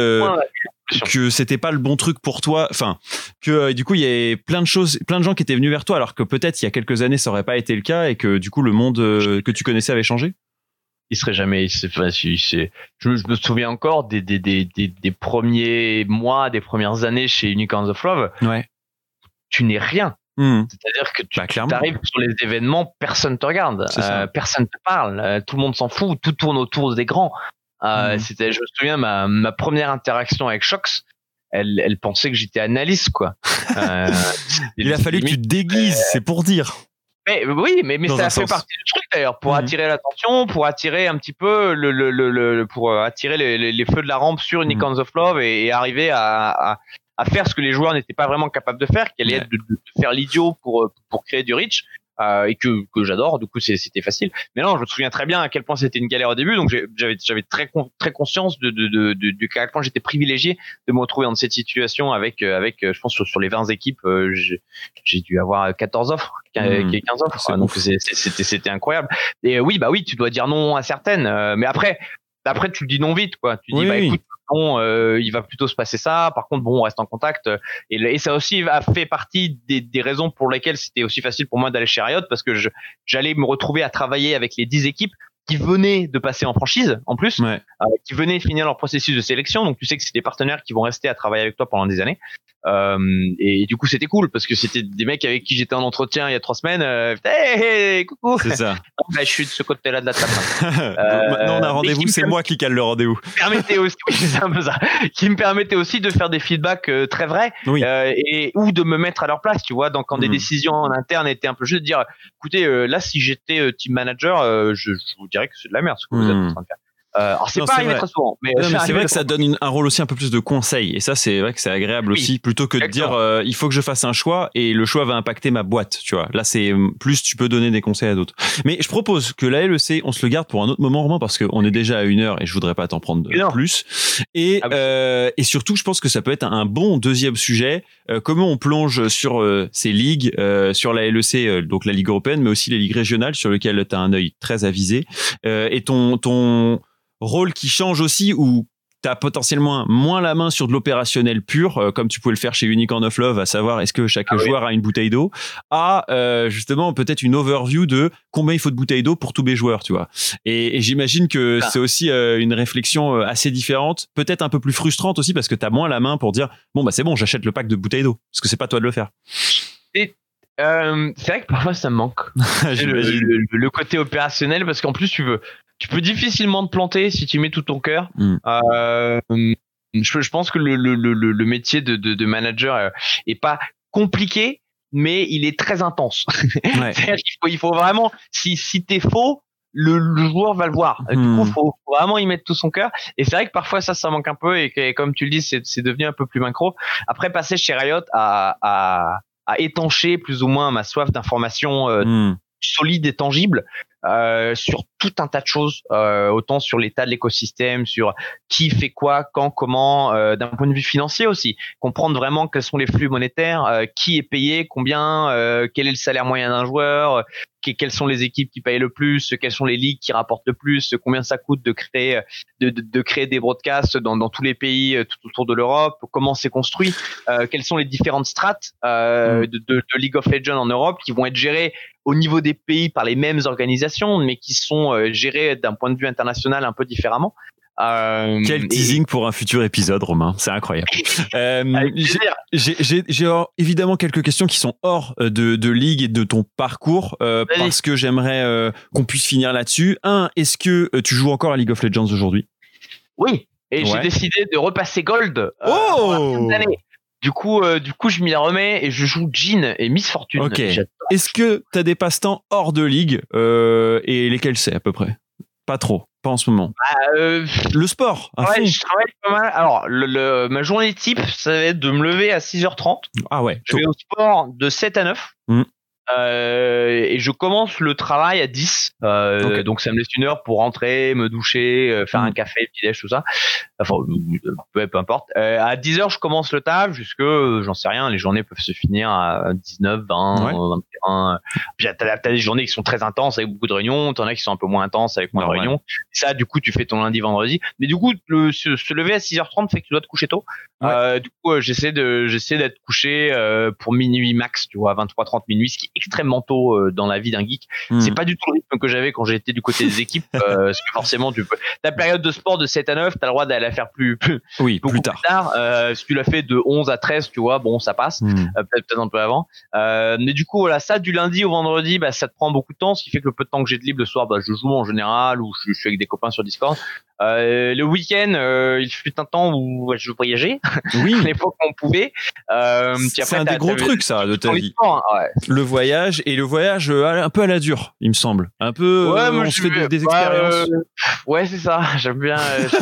que c'était pas le bon truc pour toi, que du coup il y avait plein de gens qui étaient venus vers toi alors que peut-être il y a quelques années ça aurait pas été le cas et que du coup le monde que tu connaissais avait changé? Il serait jamais, je me souviens encore des premiers mois, des premières années chez Unicorns of Love. Ouais. Tu n'es rien. C'est-à-dire que tu arrives sur les événements, personne te regarde, personne te parle, tout le monde s'en fout, tout tourne autour des grands. Je me souviens ma première interaction avec Shox, elle pensait que j'étais analyste, quoi. Il a fallu que tu te déguises, c'est pour dire. Mais ça fait partie du truc d'ailleurs, pour attirer l'attention, pour attirer un petit peu pour attirer les feux de la rampe sur Unicorns of Love et arriver à faire ce que les joueurs n'étaient pas vraiment capables de faire, qui allait être de faire l'idiot pour créer du reach, et que j'adore. Du coup, c'était facile. Mais non, je me souviens très bien à quel point c'était une galère au début. Donc j'avais très conscience de à quel point j'étais privilégié de me retrouver dans cette situation avec je pense sur les 20 équipes, j'ai dû avoir 14 offres, 15 offres. Donc c'était incroyable. Et oui, tu dois dire non à certaines, mais après tu le dis non vite, quoi. Tu dis écoute, il va plutôt se passer ça. Par contre, on reste en contact. Et ça aussi a fait partie des raisons pour lesquelles c'était aussi facile pour moi d'aller chez Riot, parce que j'allais me retrouver à travailler avec les 10 équipes qui venaient de passer en franchise, en plus, qui venaient de finir leur processus de sélection. Donc, tu sais que c'est des partenaires qui vont rester à travailler avec toi pendant des années. Et du coup, c'était cool parce que c'était des mecs avec qui j'étais en entretien il y a 3 semaines. Hey, coucou. C'est ça. Je suis de ce côté-là de la table. Maintenant, on a rendez-vous. C'est moi qui cale le rendez-vous. C'est un peu ça. Qui me permettait aussi de faire des feedbacks très vrais, et ou de me mettre à leur place, tu vois. Donc, quand des décisions en interne étaient un peu juste de dire, écoutez, là, si j'étais team manager, je vous dirais que c'est de la merde ce que vous êtes en train de faire. Alors c'est pas arrivé très souvent, mais c'est vrai que ça donne un rôle aussi un peu plus de conseil, et ça c'est vrai que c'est agréable aussi, plutôt que de dire il faut que je fasse un choix et le choix va impacter ma boîte, tu vois. Là c'est plus tu peux donner des conseils à d'autres. Mais je propose que la LEC on se le garde pour un autre moment, Romain, parce qu'on est déjà à 1 heure et je voudrais pas t'en prendre plus. Et surtout je pense que ça peut être un bon deuxième sujet, comment on plonge sur ces ligues, sur la LEC, donc la Ligue européenne, mais aussi les ligues régionales sur lesquelles tu as un œil très avisé, et ton rôle qui change aussi, où tu as potentiellement moins la main sur de l'opérationnel pur, comme tu pouvais le faire chez Unicorn of Love, à savoir est-ce que chaque joueur a une bouteille d'eau, à justement peut-être une overview de combien il faut de bouteilles d'eau pour tous mes joueurs, tu vois. Et j'imagine que c'est aussi une réflexion assez différente, peut-être un peu plus frustrante aussi, parce que tu as moins la main pour dire c'est bon, j'achète le pack de bouteilles d'eau, parce que c'est pas toi de le faire. C'est vrai que parfois ça me manque. le côté opérationnel, parce qu'en plus tu peux difficilement te planter si tu mets tout ton cœur. Je pense que le métier de manager est pas compliqué, mais il est très intense. C'est-à-dire qu'il faut vraiment, si t'es faux, le joueur va le voir. Du coup, faut vraiment y mettre tout son cœur. Et c'est vrai que parfois ça manque un peu, et comme tu le dis, c'est devenu un peu plus macro. Après, passer chez Riot à étancher plus ou moins ma soif d'information solide et tangible, sur tout un tas de choses, autant sur l'état de l'écosystème, sur qui fait quoi, quand, comment, d'un point de vue financier aussi, comprendre vraiment quels sont les flux monétaires, qui est payé, combien, quel est le salaire moyen d'un joueur, quelles sont les équipes qui payent le plus, quelles sont les ligues qui rapportent le plus, combien ça coûte de créer des broadcasts dans tous les pays tout autour de l'Europe, comment c'est construit, quelles sont les différentes strates de League of Legends en Europe qui vont être gérées au niveau des pays par les mêmes organisations, mais qui sont gérées d'un point de vue international un peu différemment. Quel teasing pour un futur épisode, Romain, c'est incroyable. J'ai évidemment quelques questions qui sont hors de ligue et de ton parcours, parce que j'aimerais qu'on puisse finir là-dessus. Est-ce que tu joues encore à League of Legends aujourd'hui ? Oui, et j'ai décidé de repasser Gold pour la fin de l'année. Du coup, je m'y remets et je joue Jhin et Miss Fortune. Ok. Est-ce que tu as des passe-temps hors de ligue et lesquels c'est à peu près ? Pas trop, pas en ce moment. Le sport, à fond. Je travaille pas mal. Alors, ma journée type, ça va être de me lever à 6h30. Ah ouais. Je vais au sport de 7 à 9. Et je commence le travail à 10. Donc ça me laisse 1 heure pour rentrer, me doucher, faire un café, petit-déj, tout ça. Enfin, peu importe. À 10h, je commence le taf jusque, j'en sais rien, les journées peuvent se finir à 19, 20, 21. Puis t'as des journées qui sont très intenses avec beaucoup de réunions, t'en as qui sont un peu moins intenses avec moins de réunions. Et ça, du coup, tu fais ton lundi, vendredi. Mais du coup, se lever à 6h30 fait que tu dois te coucher tôt. Du coup, j'essaie d'être couché pour minuit max, tu vois, 23h30, minuit, ce qui est extrêmement tôt dans la vie d'un geek. C'est pas du tout le rythme que j'avais quand j'étais du côté des équipes, parce que forcément ta période de sport de 7 à 9, t'as le droit d'aller la faire plus tard. Si tu l'as fait de 11 à 13, tu vois, bon, ça passe, peut-être un peu avant. Mais du coup, voilà, ça du lundi au vendredi, bah, ça te prend beaucoup de temps, ce qui fait que le peu de temps que j'ai de libre le soir, bah, je joue en général, ou je suis avec des copains sur Discord. Le week-end, il fut un temps où je voyageais. Oui. À l'époque, on pouvait. C'est un des gros trucs, ça, de ta vie. Le voyage, et le voyage un peu à la dure, il me semble. Un peu, on se fait des expériences. Ouais, c'est ça. J'aime bien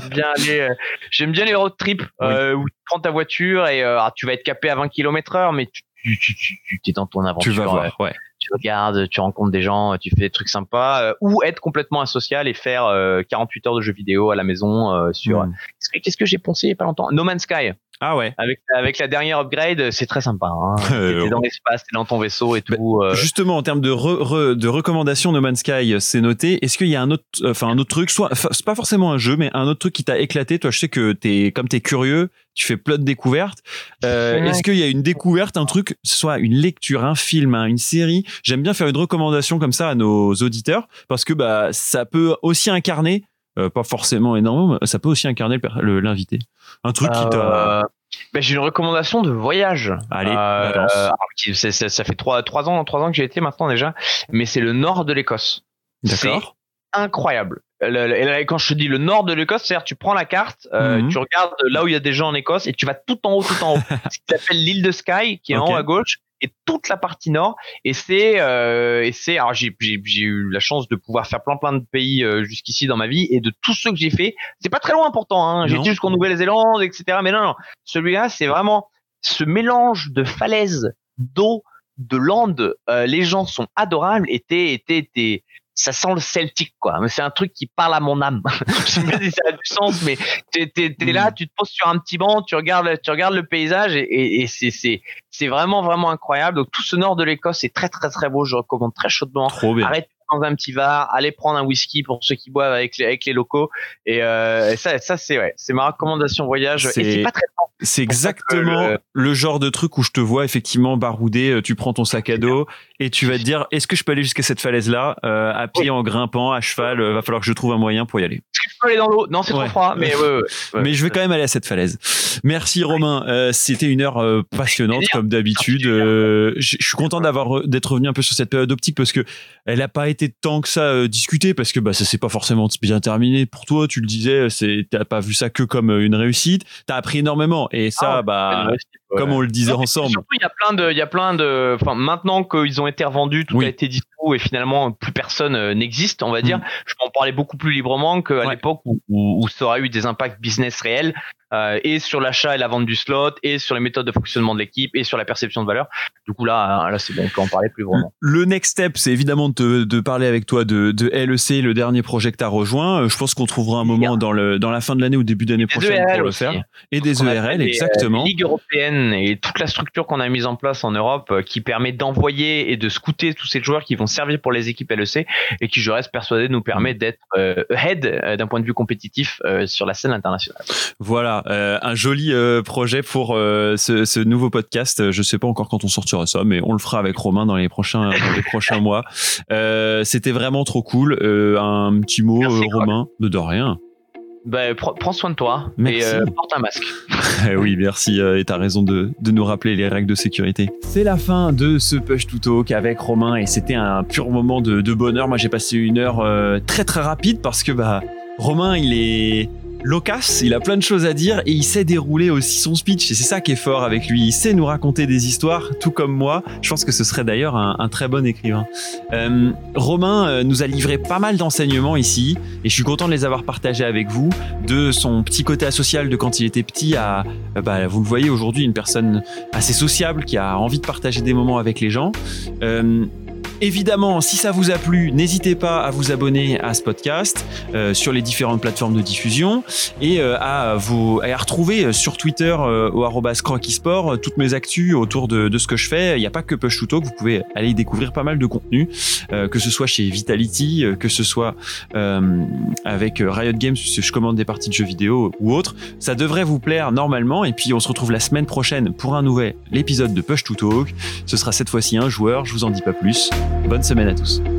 les road trips, où tu prends ta voiture et tu vas être capé à 20 km/h, mais tu es dans ton aventure. Tu vas voir, Tu regardes, tu rencontres des gens, tu fais des trucs sympas, ou être complètement asocial et faire 48 heures de jeux vidéo à la maison sur... Qu'est-ce que j'ai pensé il y a pas longtemps ? No Man's Sky. Ah ouais. Avec la dernière upgrade, c'est très sympa. Hein. T'es dans l'espace, t'es dans ton vaisseau et tout. Justement, en termes de recommandations, No Man's Sky, c'est noté. Est-ce qu'il y a un autre truc, c'est pas forcément un jeu, mais un autre truc qui t'a éclaté ? Toi, je sais que comme t'es curieux, tu fais plein de découvertes. Est-ce qu'il y a une découverte, un truc, soit une lecture, un film, une série ? J'aime bien faire une recommandation comme ça à nos auditeurs, parce que ça peut aussi incarner, pas forcément énormément, mais ça peut aussi incarner l'invité. Un truc qui t'a... j'ai une recommandation de voyage. Allez, balance. Ça fait 3 ans que j'y étais maintenant déjà, mais c'est le nord de l'Écosse. D'accord. C'est incroyable. Quand je te dis le nord de l'Écosse, c'est-à-dire tu prends la carte, tu regardes là où il y a des gens en Écosse et tu vas tout en haut. Ce qui s'appelle l'île de Skye, qui est en haut à gauche, et toute la partie nord. Alors j'ai eu la chance de pouvoir faire plein de pays jusqu'ici dans ma vie, et de tous ceux que j'ai fait, c'est pas très loin pourtant. Hein. J'ai été jusqu'en Nouvelle-Zélande, etc. Mais non, celui-là, c'est vraiment ce mélange de falaises, d'eau, de landes. Les gens sont adorables. Ça sent le celtique, quoi. Mais c'est un truc qui parle à mon âme. Je sais pas si ça a du sens, mais t'es là, tu te poses sur un petit banc, tu regardes le paysage, et c'est vraiment incroyable. Donc tout ce nord de l'Écosse est très très très beau. Je recommande très chaudement. Trop bien. Arrête dans un petit bar, allez prendre un whisky pour ceux qui boivent avec les locaux. Et ça c'est ma recommandation voyage. Et c'est pas très long. C'est exactement le genre de truc où je te vois effectivement baroudé, tu prends ton sac à dos et tu vas te dire, est-ce que je peux aller jusqu'à cette falaise-là, à pied, en grimpant, à cheval, va falloir que je trouve un moyen pour y aller. Est-ce que je peux aller dans l'eau ? Non, c'est trop froid, mais mais je vais quand même aller à cette falaise. Merci Romain, c'était une heure passionnante comme d'habitude. Je suis content d'être revenu un peu sur cette période optique, parce que elle a pas été tant que ça discutée, parce que ça s'est pas forcément bien terminé pour toi. Tu le disais, t'as pas vu ça que comme une réussite. T'as appris énormément, et ça, comme on le disait ensemble. Surtout, il y a plein de, enfin, maintenant qu'ils ont été revendus, tout a été dispo, et finalement plus personne n'existe, on va dire. Je peux en parler beaucoup plus librement qu'à l'époque où ça aurait eu des impacts business réels. Et sur l'achat et la vente du slot, et sur les méthodes de fonctionnement de l'équipe, et sur la perception de valeur. Du coup là c'est bon, on peut en parler plus vraiment. Le next step, c'est évidemment de parler avec toi de LEC, le dernier projet que tu as rejoint. Je pense qu'on trouvera un moment dans la fin de l'année ou début d'année prochaine pour le faire. Et des ERL, exactement. Ligue européenne chaîne et toute la structure qu'on a mise en place en Europe qui permet d'envoyer et de scouter tous ces joueurs qui vont servir pour les équipes LEC et qui, je reste persuadé, nous permet d'être ahead d'un point de vue compétitif sur la scène internationale. Voilà, un joli projet pour ce nouveau podcast. Je sais pas encore quand on sortira ça, mais on le fera avec Romain dans les prochains mois. C'était vraiment trop cool. Un petit mot, Merci, Romain, de rien. Prends soin de toi. Merci. Et porte un masque. Oui, merci, et t'as raison de nous rappeler les règles de sécurité. C'est la fin de ce Push to Talk avec Romain et c'était un pur moment de bonheur. Moi, j'ai passé une heure très très rapide parce que Romain, il est loquace, il a plein de choses à dire et il sait dérouler aussi son speech et c'est ça qui est fort avec lui. Il sait nous raconter des histoires, tout comme moi. Je pense que ce serait d'ailleurs un très bon écrivain. Romain nous a livré pas mal d'enseignements ici et je suis content de les avoir partagés avec vous. De son petit côté asocial de quand il était petit à, vous le voyez aujourd'hui, une personne assez sociable qui a envie de partager des moments avec les gens. Évidemment, si ça vous a plu, n'hésitez pas à vous abonner à ce podcast sur les différentes plateformes de diffusion et à retrouver sur Twitter au @croquisport toutes mes actus autour de ce que je fais. Il n'y a pas que Push to Talk, vous pouvez aller y découvrir pas mal de contenu, que ce soit chez Vitality, que ce soit avec Riot Games, si je commande des parties de jeux vidéo ou autre. Ça devrait vous plaire normalement et puis on se retrouve la semaine prochaine pour un nouvel épisode de Push to Talk. Ce sera cette fois-ci un joueur, je vous en dis pas plus. Bonne semaine à tous.